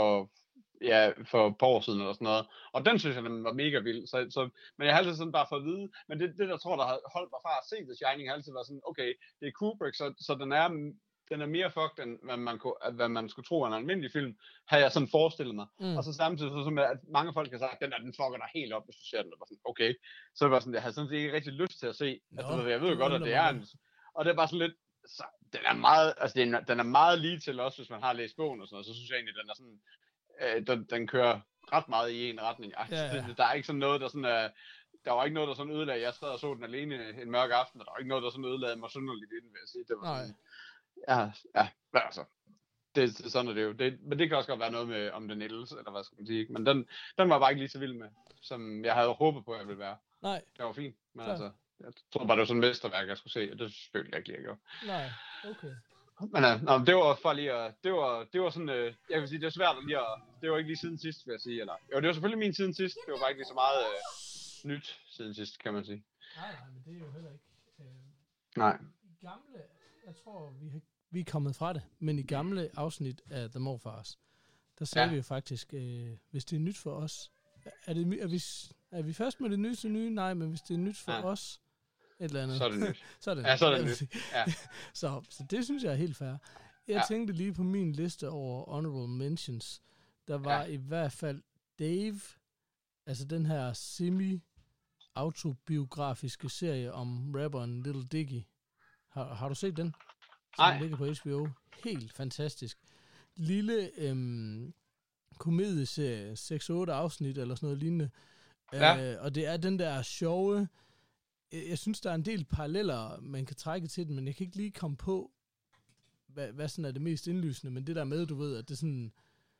Speaker 2: for et par år siden eller sådan noget, og den synes jeg, den var mega vild, så men jeg har altid sådan bare fået at vide, men det der tror, der har holdt mig fra at se The Shining, har altid været sådan, okay, det er Kubrick, så den er mere fucked, end hvad man skulle tro, en almindelig film, har jeg sådan forestillet mig. Og så samtidig, så med, at mange folk har sagt, den fucker dig helt op, hvis du ser den, og var sådan, okay, så var sådan, jeg havde sådan ikke rigtig lyst til at se, jeg ved jo godt, at det er en, og det er bare sådan lidt, så den er meget, altså den er meget lige til også, hvis man har læst bogen og sådan noget, så synes jeg egentlig, den er sådan, den kører ret meget i en retning. Der er ikke sådan noget, der sådan er, der var ikke noget, der sådan ødelagde, jeg sad og så den alene en mørk aften, og der var ikke noget, der sådan ødelagde mig synderligt inden, vil jeg sige. Det var sådan, men altså, sådan er det jo. Men det kan også godt være noget med, om den ældes, eller hvad skal man sige, men den var bare ikke lige så vild med, som jeg havde håbet på, at jeg ville være.
Speaker 1: Nej.
Speaker 2: Det var fint, men altså, jeg tror bare, det var sådan et mesterværk, jeg skulle se, og det følte jeg ikke lige, jeg gjorde.
Speaker 1: Nej, okay.
Speaker 2: Men det var for lige at, det var sådan, jeg vil sige, det er svært at lige at, det var ikke lige siden sidst, vil jeg sige, eller, jo, det var selvfølgelig min siden sidst, det var bare ikke lige så meget nyt siden sidst, kan man sige.
Speaker 1: Nej, men det er jo heller ikke.
Speaker 2: Nej.
Speaker 1: I gamle, jeg tror, vi er kommet fra det, men i gamle afsnit af The Morfars, der sagde vi jo faktisk, hvis det er nyt for os, er vi først med det nyeste nye? Nej, men hvis det er nyt for os, et eller andet.
Speaker 2: Så er det nyt.
Speaker 1: så er det
Speaker 2: så er det nyt. Ja.
Speaker 1: så det synes jeg er helt fair. Jeg tænkte lige på min liste over honorable mentions. Der var i hvert fald Dave, altså den her semi-autobiografiske serie om rapperen Little Dicky. Har du set den? Den ligger på HBO. Helt fantastisk. Lille komedieserie, 6-8 afsnit eller sådan noget lignende. Og det er den der sjove... Jeg synes, der er en del paralleller, man kan trække til den, men jeg kan ikke lige komme på, hvad sådan er det mest indlysende, men det der med, du ved, at det sådan...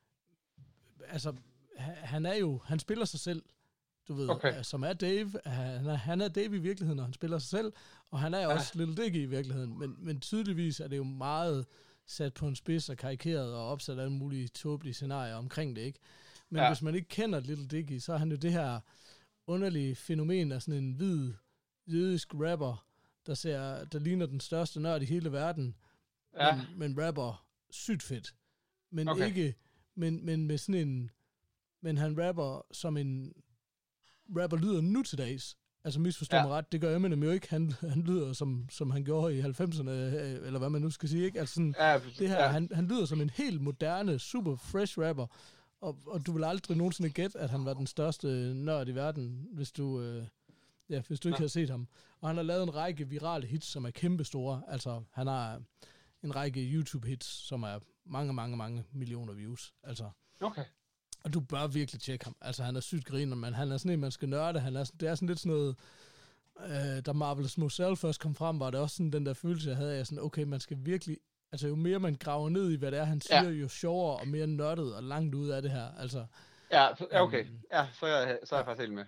Speaker 1: Altså, han spiller sig selv, du ved, som er Dave. Han er Dave i virkeligheden, og han spiller sig selv, og han er også Little Dicky i virkeligheden, men tydeligvis er det jo meget sat på en spids og karikeret og opsat alle mulige tåbelige scenarier omkring det, ikke? Men hvis man ikke kender Little Dicky, så er han jo det her underlige fænomen af sådan en hvid jødisk rapper, der ligner den største nørd i hele verden, men rapper sygt fedt. Men ikke, men med sådan en, men han rapper som en rapper lyder nu til dags. Altså misforstår mig ret, det gør Eminem jo ikke. Han lyder som han gjorde i 90'erne, eller hvad man nu skal sige, ikke? Altså sådan, det her, han lyder som en helt moderne, super fresh rapper, og du vil aldrig nogensinde gætte, at han var den største nørd i verden, hvis du ikke har set ham. Og han har lavet en række virale hits, som er kæmpe store. Altså, han har en række YouTube-hits, som er mange, mange, mange millioner views. Altså, og du bør virkelig tjekke ham. Altså, han er sygt griner, men han er sådan en, man skal nørde. Det er sådan lidt sådan noget... da Marvelous Moselle først kom frem, var det også sådan den der følelse, jeg havde af sådan, okay, man skal virkelig... Altså, jo mere man graver ned i, hvad det er, han siger, jo sjovere og mere nørdet og langt ud af det her. Altså...
Speaker 2: Ja, okay. Så er jeg faktisk helt med.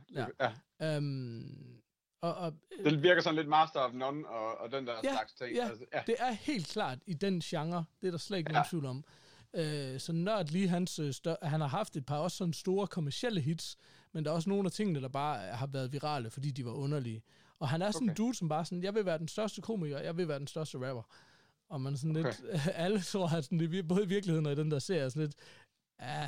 Speaker 2: Det virker sådan lidt Master of None og den der slags ting.
Speaker 1: Det er helt klart i den genre. Det er der slet ikke nogen tvivl om. Så nørd lige han har haft et par også sådan store kommercielle hits, men der er også nogle af tingene, der bare har været virale, fordi de var underlige. Og han er sådan en dude, som bare sådan, jeg vil være den største komiker, jeg vil være den største rapper. Og man sådan lidt, alle tror, at sådan, både i virkeligheden og i den der serie, sådan lidt,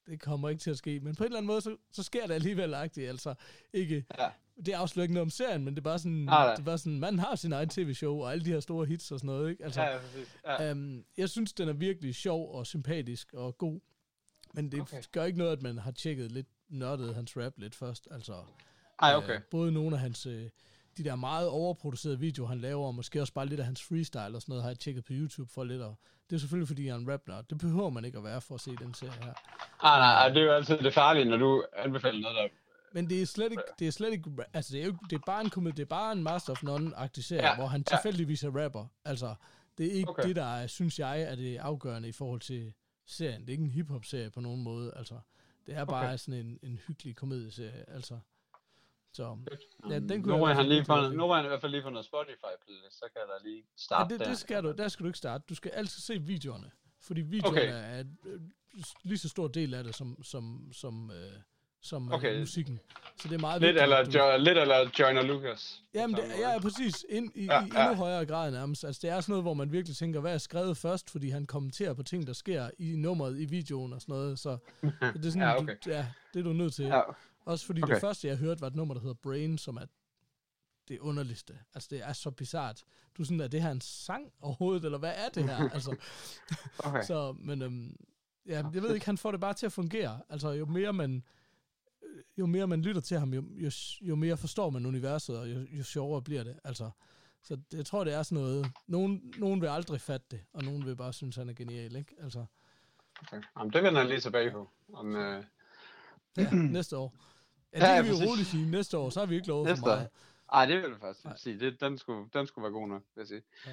Speaker 1: det kommer ikke til at ske. Men på en eller anden måde, så sker det alligevel-agtigt. Altså, ikke...
Speaker 2: Ja.
Speaker 1: Det afslører ikke noget om serien, men det er bare sådan, det er bare sådan, man har sin egen tv-show, og alle de her store hits og sådan noget, ikke? Altså,
Speaker 2: Ja, præcis. Ja.
Speaker 1: Jeg synes, den er virkelig sjov og sympatisk og god. Men det gør ikke noget, at man har tjekket lidt, nørdet hans rap lidt først. Altså,
Speaker 2: Okay.
Speaker 1: både nogle af hans, de der meget overproducerede videoer, han laver, og måske også bare lidt af hans freestyle og sådan noget, har jeg tjekket på YouTube for lidt. Og det er selvfølgelig, fordi jeg er en rap-nørd. Det behøver man ikke at være for at se den serie her.
Speaker 2: Nej, det er jo altid det farlige, når du anbefaler noget, der...
Speaker 1: Men det er slet ikke, altså det er bare en komedie, det er bare en Master of None-agtig serie, hvor han tilfældigvis er rapper. Altså, det er ikke det, der er, synes jeg, er det afgørende i forhold til serien. Det er ikke en hip-hop-serie på nogen måde, altså. Det er bare sådan en hyggelig komedieserie, altså. Så, ja, den kunne
Speaker 2: nu var han i hvert fald lige på noget Spotify, så kan der lige starte
Speaker 1: der skal du ikke starte. Du skal altid se videoerne, fordi videoerne er lige så stor del af det, som musikken. Så det er meget
Speaker 2: lidt eller Joyner Lucas.
Speaker 1: Jamen, det er præcis i endnu højere grad nærmest. Altså, det er sådan noget, hvor man virkelig tænker, hvad er skrevet først, fordi han kommenterer på ting, der sker i nummeret, i videoen og sådan noget. Så det er sådan, det er du nødt til. Ja. Også fordi det første, jeg hørte, var et nummer, der hedder Brain, som er det underligste. Altså, det er så bizart. Du er sådan, er det her en sang overhovedet, eller hvad er det her? Altså, så, men jeg ved ikke, han får det bare til at fungere. Altså, jo mere man lytter til ham, jo mere forstår man universet, og jo sjovere bliver det. Altså, så jeg tror, det er sådan noget... Nogen vil aldrig fatte det, og nogen vil bare synes, han er genial, ikke? Altså.
Speaker 2: Okay. Jamen, det vender jeg lige tilbage på.
Speaker 1: Ja, næste år. Ja, det kan vi jo roligt sige. Næste år, så har vi ikke lovet for meget.
Speaker 2: Ej, det vil jeg faktisk sige. Den skulle være god nok, vil jeg sige. Ja.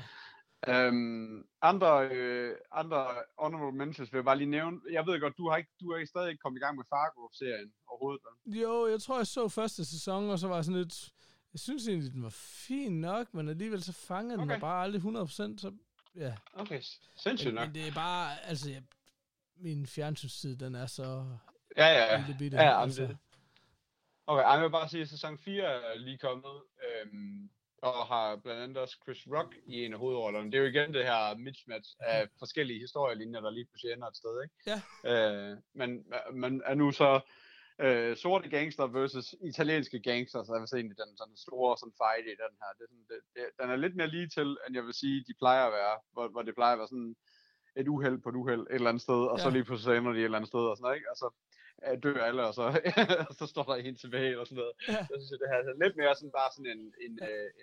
Speaker 2: Andre honorable mentions vil jeg bare lige nævne. Jeg ved godt, du er stadig ikke kommet i gang med Fargo-serien overhovedet.
Speaker 1: Jo, jeg tror, jeg så første sæson, og så var jeg sådan lidt... Jeg synes egentlig, den var fin nok, men alligevel så fangede den mig bare aldrig 100%, så ja.
Speaker 2: Okay, sindssygt nok.
Speaker 1: Men det er bare, altså, min fjernsynstid, den er så...
Speaker 2: Ja,
Speaker 1: bitte,
Speaker 2: altså. Okay, jeg vil bare sige, at sæson 4 er lige kommet, og har blandt andet også Chris Rock i en af hovedrollerne. Det er jo igen det her mismatch af forskellige historielinjer, der lige pludselig ender et sted, ikke?
Speaker 1: Ja.
Speaker 2: Men er nu så sorte gangster versus italienske gangster, så jeg vil se egentlig den sådan store sådan fight i den her. Den er lidt mere lige til, end jeg vil sige, de plejer at være, hvor det plejer at være sådan et uheld på et uheld et eller andet sted, og så lige pludselig ender de et eller andet sted, og sådan noget, ikke? Og så dør alle, og så står der en tilbage, eller sådan noget. Jeg synes, det her er lidt mere sådan, bare sådan en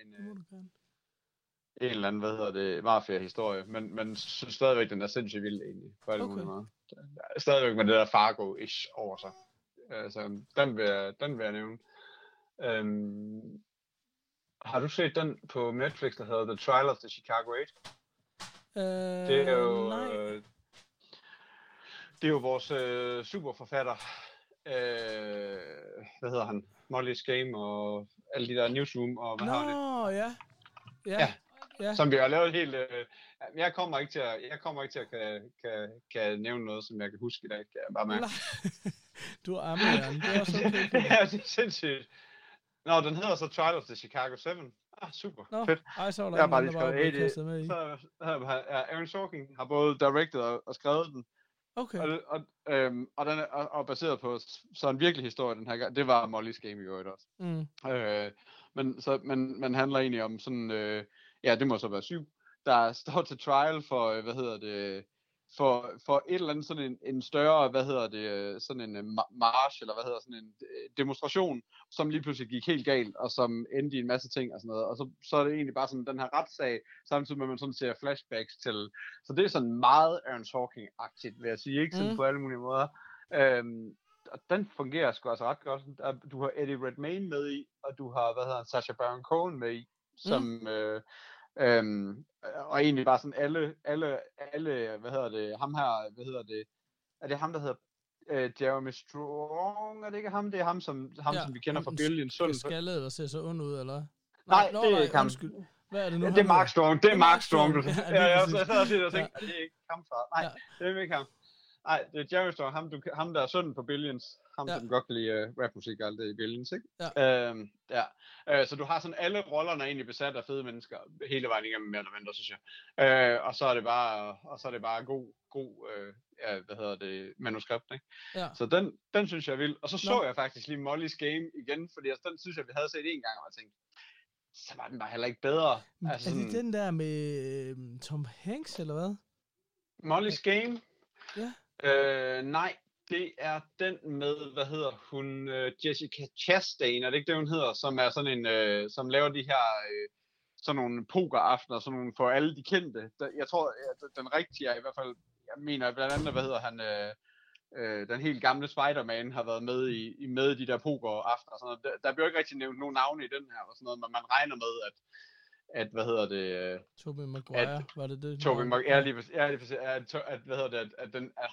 Speaker 2: eller anden, mafia-historie, men synes stadigvæk, den er sindssygt vild, egentlig, på alle mulige måder. Stadigvæk med det der Fargo-ish over sig. Så den vil jeg nævne. Har du set den på Netflix, der hedder The Trial of the Chicago 8? Det er jo... Det er jo vores superforfatter, hvad hedder han, Molly's Game og alle de der Newsroom og hvad har det? Ja. Som vi har lavet helt... Jeg kommer ikke til at kan nævne noget, som jeg kan huske i dag. Kan jeg bare mærke.
Speaker 1: Du er ammerjern, det er også okay.
Speaker 2: Ja, det er sindssygt. Nå, den hedder så Trial of the Chicago 7. Super, fedt.
Speaker 1: Så
Speaker 2: jeg har bare lige skrevet Aaron Sorkin har både directed og skrevet den.
Speaker 1: Okay.
Speaker 2: Og den er baseret på så en virkelig historie den her gang. Det var Molly's Game i øvrigt også. Men handler egentlig om sådan det må så være 7, der står til trial for for et eller andet sådan en større sådan en march eller sådan en demonstration, som lige pludselig gik helt galt og som endte i en masse ting og sådan noget, og så er det egentlig bare sådan den her retssag, samtidig med at man sådan ser flashbacks til, så det er sådan meget Aaron Sorkin-agtigt, vil jeg sige, ikke sådan på alle mulige måder. Og den fungerer sgu altså ret godt. Du har Eddie Redmayne med i, og du har Sacha Baron Cohen med i, som og egentlig bare sådan alle ham her, er det ham, der hedder Jeremy Strong, er det ikke ham? Det er ham, som vi kender fra Billions søn.
Speaker 1: Skaldet, der ser så ond ud, eller?
Speaker 2: Nej, det er ikke ham.
Speaker 1: Hvad er det nu?
Speaker 2: Det er Mark Strong, det er Mark Strong. Jeg sad og tænkte, det er ikke ham fra. Nej, det er ikke ham. Nej, det er Jeremy Strong, ham der er sønnen på Billions. Ham, som godt kan lide rapmusik og alt det i Billions, ikke? Så du har sådan alle rollerne egentlig besat af fede mennesker, hele vejen igennem mere eller mindre, synes jeg. Og så er det bare god manuskript, ikke?
Speaker 1: Ja.
Speaker 2: Så den synes jeg er vild. Og så jeg faktisk lige Molly's Game igen, fordi altså, den synes jeg, vi havde set en gang, og jeg tænkte, så var den bare heller ikke bedre. Altså,
Speaker 1: er det den der med Tom Hanks, eller hvad?
Speaker 2: Molly's Game?
Speaker 1: Ja.
Speaker 2: Nej, det er den med, hvad hedder hun, Jessica Chastain, er det ikke det, hun hedder, som er sådan en, som laver de her, sådan nogle pokeraftener, sådan nogle for alle de kendte. Jeg tror, den rigtige er i hvert fald, jeg mener blandt andet, hvad hedder han, den helt gamle Spider-Man har været med i de der pokeraftener og sådan noget. Der bliver ikke rigtig nævnt nogen navne i den her, og sådan noget, men man regner med, at hvad hedder det...
Speaker 1: Tobey Maguire, var det?
Speaker 2: Tobey Maguire, at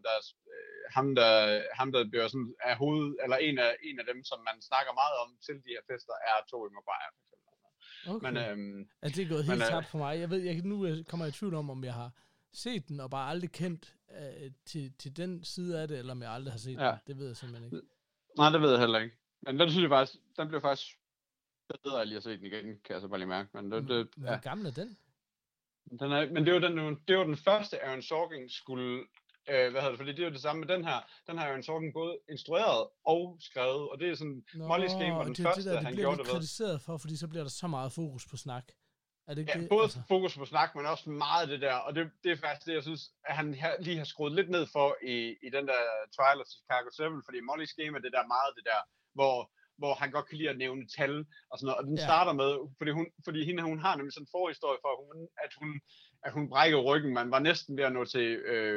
Speaker 2: ham der bliver sådan af hoved, eller en af dem, som man snakker meget om til de her fester, er Tobey Maguire, for eksempel.
Speaker 1: Okay.
Speaker 2: Men,
Speaker 1: det er gået helt tabt for mig. Jeg ved, nu kommer jeg i tvivl om jeg har set den, og bare aldrig kendt til den side af det, eller om jeg aldrig har set den. Det ved jeg simpelthen ikke.
Speaker 2: Nej, det ved jeg heller ikke. Men den synes jeg faktisk, den blev faktisk bedre lige at se den igen, kan jeg så bare lige mærke. Men
Speaker 1: hvor gammel er den?
Speaker 2: Men det var den første Aaron Sorkin skulle, fordi det er jo det samme med den her. Den har Aaron Sorkin både instrueret og skrevet, og det er sådan, Molly's Game var den første, han gjorde det ved. Det bliver lidt
Speaker 1: kritiseret for, fordi så bliver der så meget fokus på snak. Er det ikke det?
Speaker 2: Både fokus på snak, men også meget det der, og det er faktisk det, jeg synes, at han lige har skruet lidt ned for i den der Trial of Chicago 7, fordi Molly's Game er det der meget det der, hvor han godt kan lide at nævne tal og sådan noget, og den starter med, fordi hun har nemlig sådan en forhistorie for, at hun brækkede ryggen, man var næsten ved at nå til,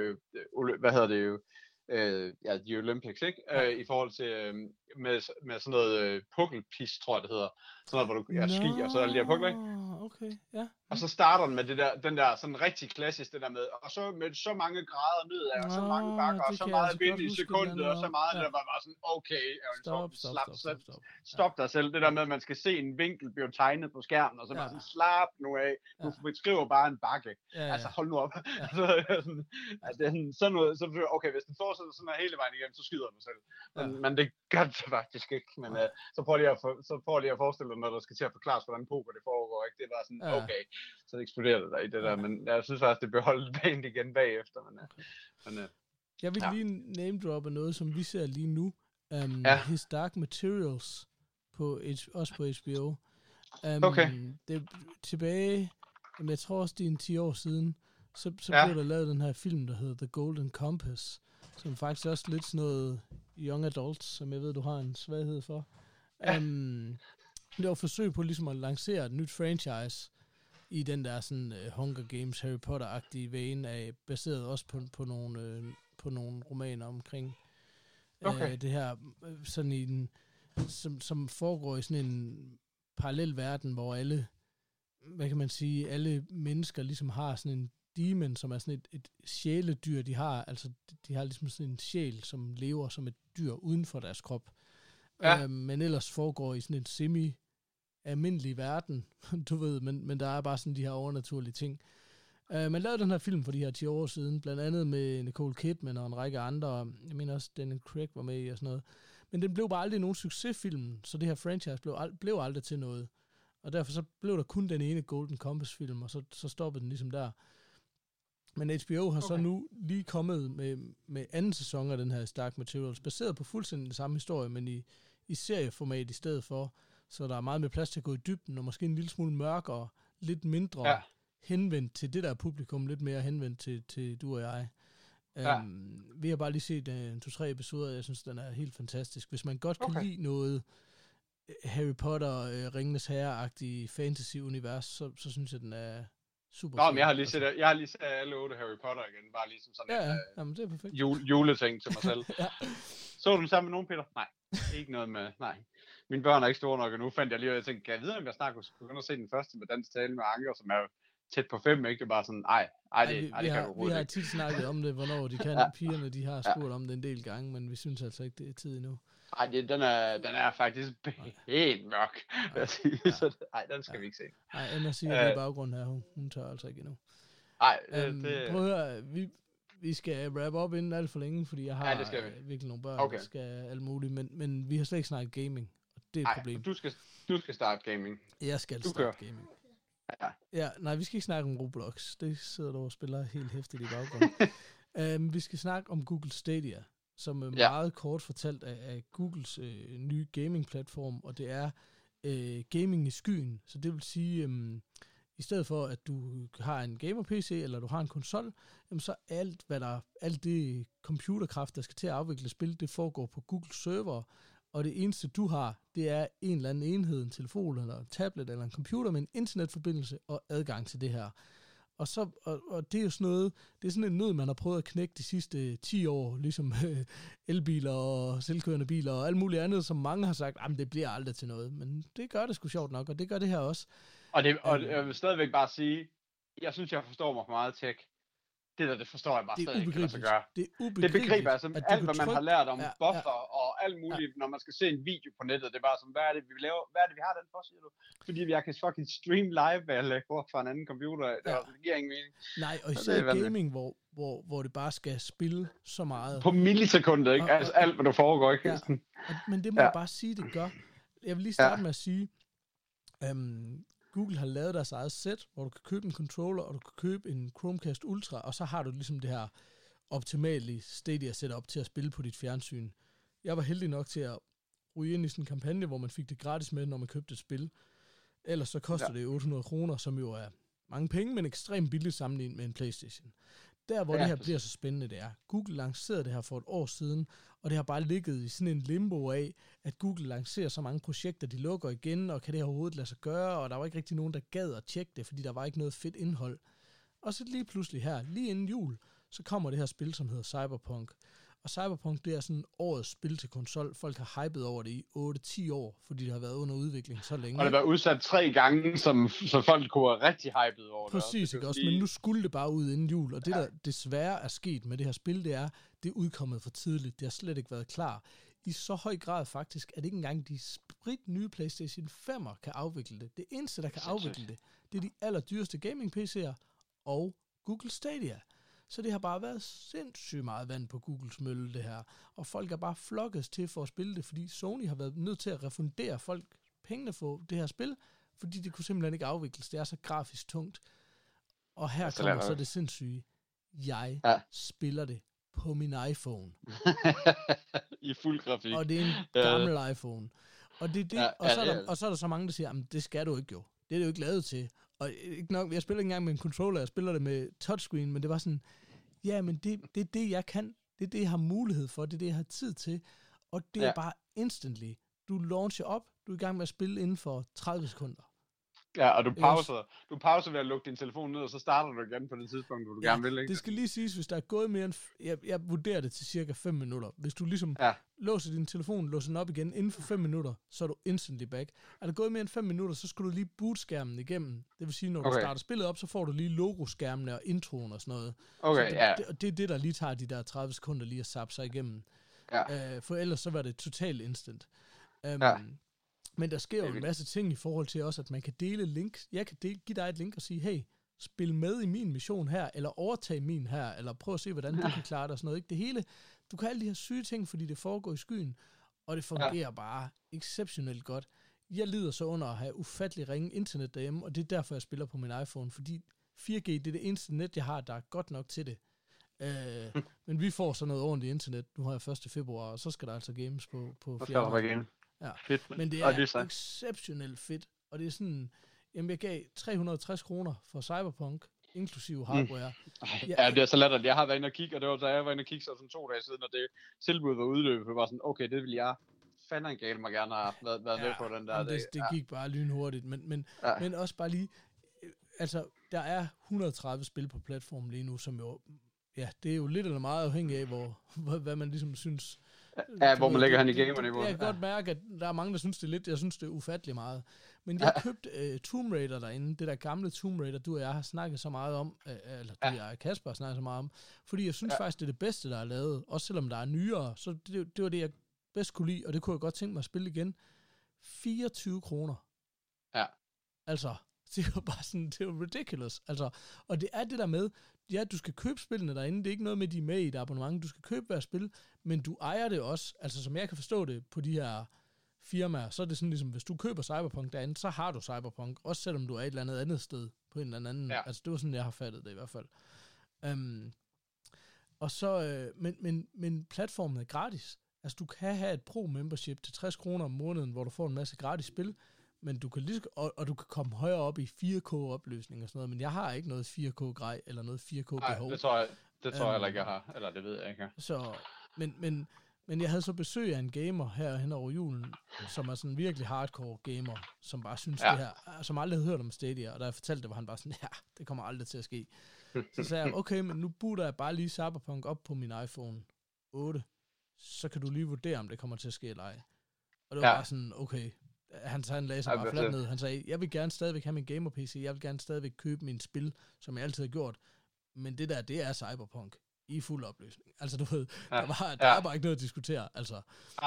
Speaker 2: The Olympics, ikke? I forhold til, med sådan noget pukkelpis, tror jeg det hedder, sådan noget, hvor du ski, og så er der lige pukkel, ikke?
Speaker 1: Okay, ja.
Speaker 2: Og så starter den med den der sådan rigtig klassisk, det der med, og så med så mange grader nedad, og så mange bakker, og så meget vind i sekundet, og så meget, det der var bare sådan, okay, stop dig selv. Det der med, at man skal se en vinkel blive tegnet på skærmen, og så bare sådan, slap nu af, du beskriver bare en bakke. Altså, hold nu op. Sådan noget, så okay, hvis den fortsætter sådan her hele vejen igennem, så skyder den selv. Men det gør det faktisk ikke. Men så prøv lige at forestille dig, når der skal til at forklare, hvordan poker det foregår, ikke? Det var sådan, okay, så eksploderer det der i det der, men jeg synes faktisk, det bliver holdt banen igen bagefter. Men,
Speaker 1: jeg vil lige name-droppe noget, som vi ser lige nu. His Dark Materials, også på HBO. Det er tilbage, jeg tror også, det er 10 år siden, så blev der lavet den her film, der hedder The Golden Compass, som faktisk også lidt sådan noget young adults, som jeg ved, du har en svaghed for. Det var et forsøg på ligesom at lancere et nyt franchise i den der sådan Hunger Games, Harry Potter-agtige vane af, baseret også på nogle romaner omkring det her, sådan i den, som foregår i sådan en parallel verden, hvor alle, hvad kan man sige, alle mennesker ligesom har sådan en demon, som er sådan et sjæledyr, de har ligesom sådan en sjæl, som lever som et dyr uden for deres krop. Men ellers foregår i sådan en semi-almindelig verden, du ved, men der er bare sådan de her overnaturlige ting. Man lavede den her film for de her 10 år siden, blandt andet med Nicole Kidman og en række andre, jeg mener også Daniel Craig var med i og sådan noget, men den blev bare aldrig nogen succesfilm, så det her franchise blev aldrig til noget, og derfor så blev der kun den ene Golden Compass film, og så stoppede den ligesom der. Men HBO har så nu lige kommet med anden sæson af den her Dark Materials, baseret på fuldstændig den samme historie, men i serieformat i stedet for, så der er meget mere plads til at gå i dybden, og måske en lille smule mørkere, lidt mindre henvendt til det der publikum, lidt mere henvendt til du og jeg. Vi har bare lige set 2-3 episoder, jeg synes, den er helt fantastisk. Hvis man godt kan lide noget Harry Potter, Ringenes Herre-agtige fantasy-univers, så synes jeg, den er super.
Speaker 2: Men jeg har lige set alle 8 Harry Potter igen, bare lige som sådan
Speaker 1: jamen, det er perfekt.
Speaker 2: Juleting til mig selv. Så du dem sammen med nogen, Peter? Nej, ikke noget med, nej. Mine børn er ikke store nok, og nu fandt jeg lige, og jeg tænkte, kan jeg vide, om jeg snart kunne begynde at se den første med dansk tale med Anker, som er tæt på 5, ikke? Det er bare sådan, det kan du
Speaker 1: vi har tit snakket om det, hvornår de kan. Pigerne, de har spurgt om det en del gange, men vi synes altså ikke, det er tid endnu.
Speaker 2: Nej, den er faktisk helt mørk, vil jeg sige. Så den skal vi ikke se.
Speaker 1: Nej, Emma siger det i baggrunden her, hun tør altså ikke endnu.
Speaker 2: Nej,
Speaker 1: prøv at høre, vi skal wrap up inden alt for længe, fordi jeg har virkelig nogle børn, der skal alt muligt, men vi har slet ikke snakket gaming, og det er et problem.
Speaker 2: Du skal starte gaming.
Speaker 1: Jeg skal starte gaming. Nej, vi skal ikke snakke om Roblox. Det sidder du og spiller helt hæftigt i baggrunden. Vi skal snakke om Google Stadia, som er meget kort fortalt af Googles nye gaming-platform, og det er gaming i skyen. Så det vil sige, i stedet for, at du har en gamer-PC, eller du har en konsol, så alt det computerkraft, der skal til at afvikle spil, det foregår på Google server, og det eneste, du har, det er en eller anden enhed, en telefon, eller en tablet, eller en computer med en internetforbindelse og adgang til det her. Og det er jo sådan noget, det er sådan en nød, man har prøvet at knække de sidste 10 år, ligesom elbiler og selvkørende biler og alt muligt andet, som mange har sagt, det bliver aldrig til noget. Men det gør det sgu sjovt nok, og det gør det her også.
Speaker 2: Og jeg vil stadigvæk bare sige, jeg synes, jeg forstår mig for meget tech. Det forstår jeg bare stadig ikke, hvad der gøre.
Speaker 1: Det er ubegribeligt.
Speaker 2: Det begriber altså alt, hvad man har lært om buffer og alt muligt, når man skal se en video på nettet. Det er bare sådan, hvad er det, vi laver? Hvad er det, vi har den for, siger du? Fordi jeg kan fucking stream live, hvad jeg laver fra en anden computer. Det giver ingen mening.
Speaker 1: Nej, og især gaming, hvor det bare skal spille så meget.
Speaker 2: På millisekunder, ikke? Altså alt, hvad der foregår, ikke?
Speaker 1: Ja. Men det må jeg bare sige, det gør. Jeg vil lige starte med at sige, Google har lavet deres eget sæt, hvor du kan købe en controller, og du kan købe en Chromecast Ultra, og så har du ligesom det her optimale Stadia setup til at spille på dit fjernsyn. Jeg var heldig nok til at ryge ind i sådan en kampagne, hvor man fik det gratis med, når man købte et spil. Ellers så koster det 800 kroner, som jo er mange penge, men ekstremt billigt sammenlignet med en PlayStation. Der, hvor det her bliver så spændende, det er, Google lancerede det her for et år siden, og det har bare ligget i sådan en limbo af, at Google lancerer så mange projekter, de lukker igen, og kan det her overhovedet lade sig gøre, og der var ikke rigtig nogen, der gad at tjekke det, fordi der var ikke noget fedt indhold. Og så lige pludselig her, lige inden jul, så kommer det her spil, som hedder Cyberpunk. Og Cyberpunk, det er sådan årets spil til konsol. Folk har hypet over det i 8-10 år, fordi det har været under udvikling så længe.
Speaker 2: Og det var udsat 3 gange, så folk kunne være rigtig hypet over det.
Speaker 1: Præcis, ikke også? Men nu skulle det bare ud inden jul. Og det, der desværre er sket med det her spil, det er udkommet for tidligt. Det har slet ikke været klar. I så høj grad faktisk, at ikke engang de nye PlayStation 5'er kan afvikle det. Det eneste, der kan afvikle det, det er de allerdyreste gaming-PC'er og Google Stadia. Så det har bare været sindssygt meget vand på Googles mølle, det her. Og folk er bare flokket til for at spille det, fordi Sony har været nødt til at refundere folk pengene for det her spil, fordi det kunne simpelthen ikke afvikles. Det er så grafisk tungt. Og her kommer så det sindssyge. Jeg spiller det på min iPhone.
Speaker 2: I fuld grafik.
Speaker 1: Og det er en gammel iPhone. Og det er det. Og så er der så mange, der siger, det skal du ikke jo. Det er det jo ikke lavet til. Og ikke nok, jeg spiller ikke engang med en controller, jeg spiller det med touchscreen, men det var sådan, men det er det, jeg kan. Det er det, jeg har mulighed for. Det er det, jeg har tid til. Og det er bare instantly. Du launcher op, du er i gang med at spille inden for 30 sekunder.
Speaker 2: Ja, og du pauser ved at lukke din telefon ned, og så starter du igen på det tidspunkt, hvor du gerne vil, ikke?
Speaker 1: Det skal lige siges, hvis der er gået mere end... Jeg vurderer det til cirka 5 minutter. Hvis du ligesom låser din telefon, låser den op igen inden for 5 minutter, så er du instantly back. Er der gået mere end 5 minutter, så skal du lige boot skærmen igennem. Det vil sige, når du starter spillet op, så får du lige logoskærmene og introen og sådan noget. Det er det, der lige tager de der 30 sekunder lige at zappe sig igennem. For ellers så var det totalt instant. Men der sker jo en masse ting i forhold til også, at man kan dele links. Jeg kan give dig et link og sige, hey, spil med i min mission her, eller overtag min her, eller prøv at se, hvordan du kan klare det og sådan noget. Ikke? Det hele, du kan alle de her syge ting, fordi det foregår i skyen, og det fungerer bare exceptionelt godt. Jeg lider så under at have ufattelig ringe internet derhjemme, og det er derfor, jeg spiller på min iPhone, fordi 4G, det er det eneste net, jeg har, der er godt nok til det. Men vi får så noget ordentligt internet, nu har jeg 1. februar, og så skal der altså games på fjerde. Ja.
Speaker 2: Fedt,
Speaker 1: men det er exceptionelt fedt, og det er sådan, jeg gav 360 kroner for Cyberpunk, inklusive hardware.
Speaker 2: Det er så latterligt. Jeg har været inde og kigge, og det var, da jeg var inde og kigge så sådan 2 dage siden, og det tilbud var udløbet, det var sådan, okay, det vil jeg fandme galt mig gerne have været med på den der.
Speaker 1: Det gik bare lynhurtigt, men også bare lige, altså, der er 130 spil på platformen lige nu, som jo, det er jo lidt eller meget afhængig af, hvad man ligesom synes.
Speaker 2: Ja, hvor man ligger hen i gamer-niveau.
Speaker 1: Jeg kan godt mærke, at der er mange, der synes det er lidt. Jeg synes, det er ufattelig meget. Men jeg har købt Tomb Raider derinde. Det der gamle Tomb Raider, du og jeg har snakket så meget om. Eller du og jeg og Kasper har snakket så meget om. Fordi jeg synes faktisk, det er det bedste, der er lavet. Også selvom der er nyere. Så det var det, jeg bedst kunne lide. Og det kunne jeg godt tænke mig at spille igen. 24 kroner.
Speaker 2: Ja.
Speaker 1: Altså, det var bare sådan, det var ridiculous. Altså, og det er det der med, du skal købe spillene derinde, det er ikke noget med, de er med i et abonnement, du skal købe hver spil, men du ejer det også, altså som jeg kan forstå det på de her firmaer, så er det sådan ligesom, hvis du køber Cyberpunk derinde, så har du Cyberpunk, også selvom du er et eller andet sted, på en eller anden, altså det var sådan, jeg har fattet det i hvert fald. Og så, men platformen er gratis. Altså, du kan have et pro-membership til 60 kroner om måneden, hvor du får en masse gratis spil, men du kan og du kan komme højere op i 4K-opløsning og sådan noget, men jeg har ikke noget 4K-grej, eller noget 4K-behov.
Speaker 2: Nej, det tror jeg heller ikke, jeg har. Eller det ved jeg ikke.
Speaker 1: Så, men jeg havde så besøg af en gamer her hen over julen, som er sådan en virkelig hardcore gamer, som bare synes det her, som aldrig havde hørt om Stadia, og da jeg fortalte det, var han bare sådan, ja, det kommer aldrig til at ske. Så sagde jeg, okay, men nu booter jeg bare lige Cyberpunk op på min iPhone 8, så kan du lige vurdere, om det kommer til at ske eller ej. Og det var bare sådan, okay, han lagde sig bare fladt ned. Han sagde, jeg vil gerne stadigvæk have min gamer-PC, jeg vil gerne stadigvæk købe min spil, som jeg altid har gjort, men det der, det er Cyberpunk i fuld opløsning. Altså, du ved, der er bare ikke noget at diskutere, altså.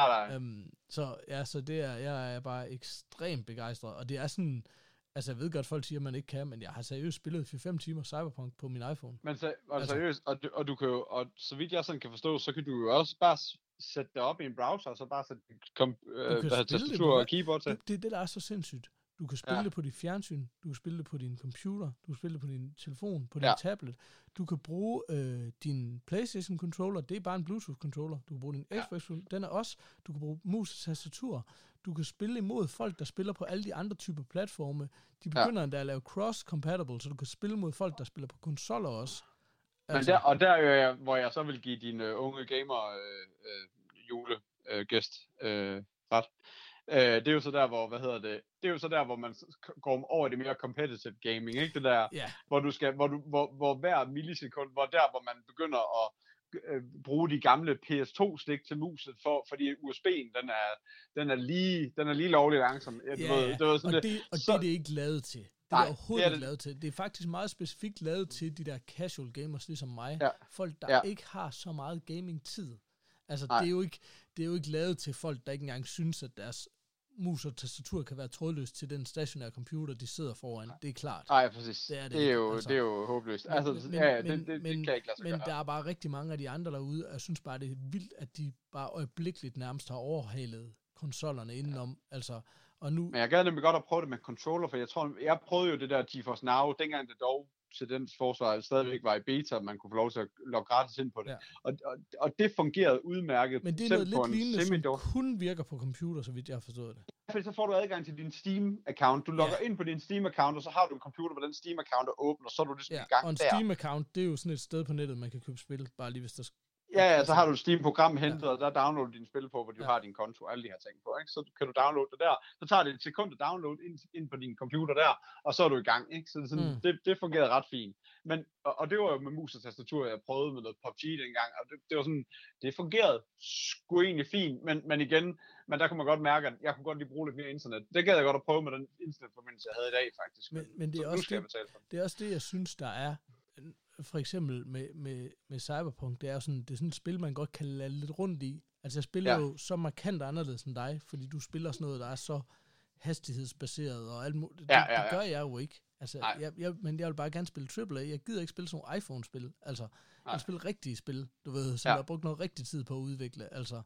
Speaker 1: Så det er, jeg er bare ekstremt begejstret, og det er sådan, altså, jeg ved godt, folk siger, at man ikke kan, men jeg har seriøst spillet 4-5 timer Cyberpunk på min iPhone.
Speaker 2: Men seriøst, og du kan jo, og så vidt jeg sådan kan forstå, så kan du jo også bare sætte det op i en browser, og så bare sætte tastatur og keyboard til.
Speaker 1: Det er det, der er så sindssygt. Du kan spille det på dit fjernsyn, du kan spille det på din computer, du kan spille det på din telefon, på din tablet. Du kan bruge din PlayStation controller, det er bare en Bluetooth controller. Du kan bruge din Xbox, den er også. Du kan bruge mus og tastatur. Du kan spille imod folk, der spiller på alle de andre typer platforme. De begynder endda at lave cross-compatible, så du kan spille mod folk, der spiller på konsoller også.
Speaker 2: Altså. Men der er jo, hvor jeg så vil give din unge gamer julegæst ret. Det er jo så der, hvor, det er jo så der, hvor man går over det mere competitive gaming, ikke? Det der, hvor hver millisekund, hvor man begynder at bruge de gamle PS2-stik til muset, fordi USB'en, den er lige lovlig langsom. Det
Speaker 1: er det ikke lavet til. Det er overhovedet ikke lavet til. Det er faktisk meget specifikt lavet til de der casual gamers, ligesom mig. Ja. Folk, der ikke har så meget gaming-tid. Altså, det er jo ikke lavet til folk, der ikke engang synes, at deres mus og tastatur kan være trådløst til den stationære computer, de sidder foran. Det er klart.
Speaker 2: Nej, præcis. Det er jo håbløst. Det kan ikke lade sig
Speaker 1: men der er bare rigtig mange af de andre derude, og jeg synes bare, det er vildt, at de bare øjeblikkeligt nærmest har overhalet konsollerne indenom. Altså, og nu...
Speaker 2: Men jeg gad nemlig godt at prøve det med controller, for jeg prøvede jo det der GeForce Now, dengang det dog til den forsvar stadigvæk var i beta, man kunne få lov til at logge gratis ind på det. Ja. Og det fungerede udmærket.
Speaker 1: Men det er noget lidt lignende, som kun virker på computer, så vidt jeg har forstået det.
Speaker 2: Fordi så får du adgang til din Steam-account. Du logger ind på din Steam-account, og så har du en computer, hvor den Steam-account er åben, og så er du ligesom i gang der.
Speaker 1: Og en Steam-account, det er jo sådan et sted på nettet, man kan købe spil, bare lige hvis der
Speaker 2: så har du et Steam-program hentet, og der downloader du dine spil på, hvor du har din konto, alle de her ting på, ikke? Så kan du downloade det der. Så tager det et sekund at downloade ind på din computer der, og så er du i gang, ikke? Så sådan, det fungerede ret fint. Men, og det var jo med mus og tastatur, jeg prøvede med noget PUBG dengang, og det var sådan, det fungerede sgu egentlig fint, men igen, der kunne man godt mærke, at jeg kunne godt lige bruge lidt mere internet. Det gad jeg godt at prøve med den internetforbindelse, jeg havde i dag, faktisk.
Speaker 1: Men det er også det, jeg synes, der er, for eksempel med Cyberpunk, det er sådan et spil, man godt kan lade lidt rundt i. Altså, jeg spiller jo så markant anderledes end dig, fordi du spiller sådan noget, der er så hastighedsbaseret og alt muligt. Det gør jeg jo ikke. Altså, men jeg vil bare gerne spille AAA. Jeg gider ikke spille sådan nogle iPhone-spil. Altså, jeg vil spille rigtige spil, du ved, som jeg har brugt noget rigtig tid på at udvikle. Altså,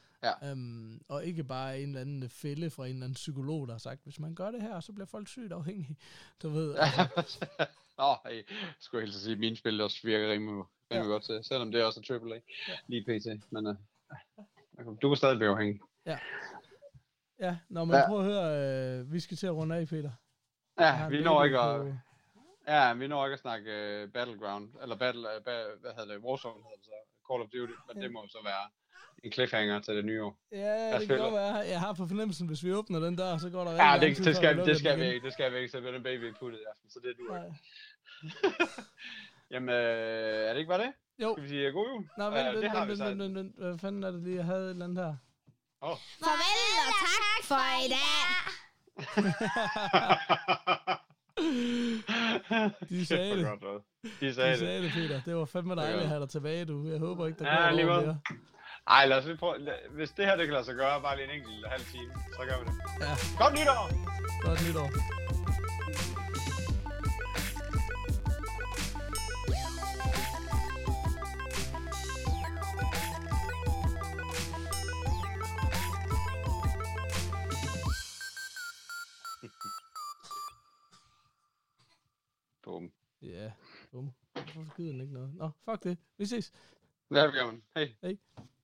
Speaker 1: og ikke bare en eller anden fælde fra en eller anden psykolog, der har sagt, hvis man gør det her, så bliver folk sygt afhængige. Du ved, altså.
Speaker 2: Jeg skulle helt sige, at mine spil også virker rimelig godt til, selvom det er også AAA lige pt. Men du kan stadig blive afhængig.
Speaker 1: Ja, når man prøver at høre, vi skal til at runde af, Peter.
Speaker 2: Ja, vi når ikke at snakke Battleground, eller Warzone hedder det så, Call of Duty, men det må så være en cliffhanger til det nye år.
Speaker 1: Ja, det kan godt være. Jeg har på fornemmelsen, hvis vi åbner den der, så går der rigtig
Speaker 2: lang tid. Det skal vi ikke, så bliver den baby puttet i aften, så det er du ikke. Jamen, er det ikke bare det?
Speaker 1: Jo.
Speaker 2: Skal vi sige god jul?
Speaker 1: Nå, vent. Hvad fanden er det lige, jeg havde et eller andet her?
Speaker 4: Farvel og tak for i dag.
Speaker 1: De sagde det.
Speaker 2: De sagde
Speaker 1: det, Peter. Det var fandme dejligt at have dig tilbage, du. Jeg håber ikke, der går over mere.
Speaker 2: Ej, lad os lige prøve. Hvis det her, det kan lade sig gøre, bare lige en enkelt halv time, så gør vi det.
Speaker 1: Ja.
Speaker 2: Godt nytår!
Speaker 1: Godt nytår.
Speaker 2: Bum.
Speaker 1: Ja, bum. Hvorfor gider den ikke noget? Nå, fuck det. Vi ses.
Speaker 2: Velkommen. Hej.
Speaker 1: Hej.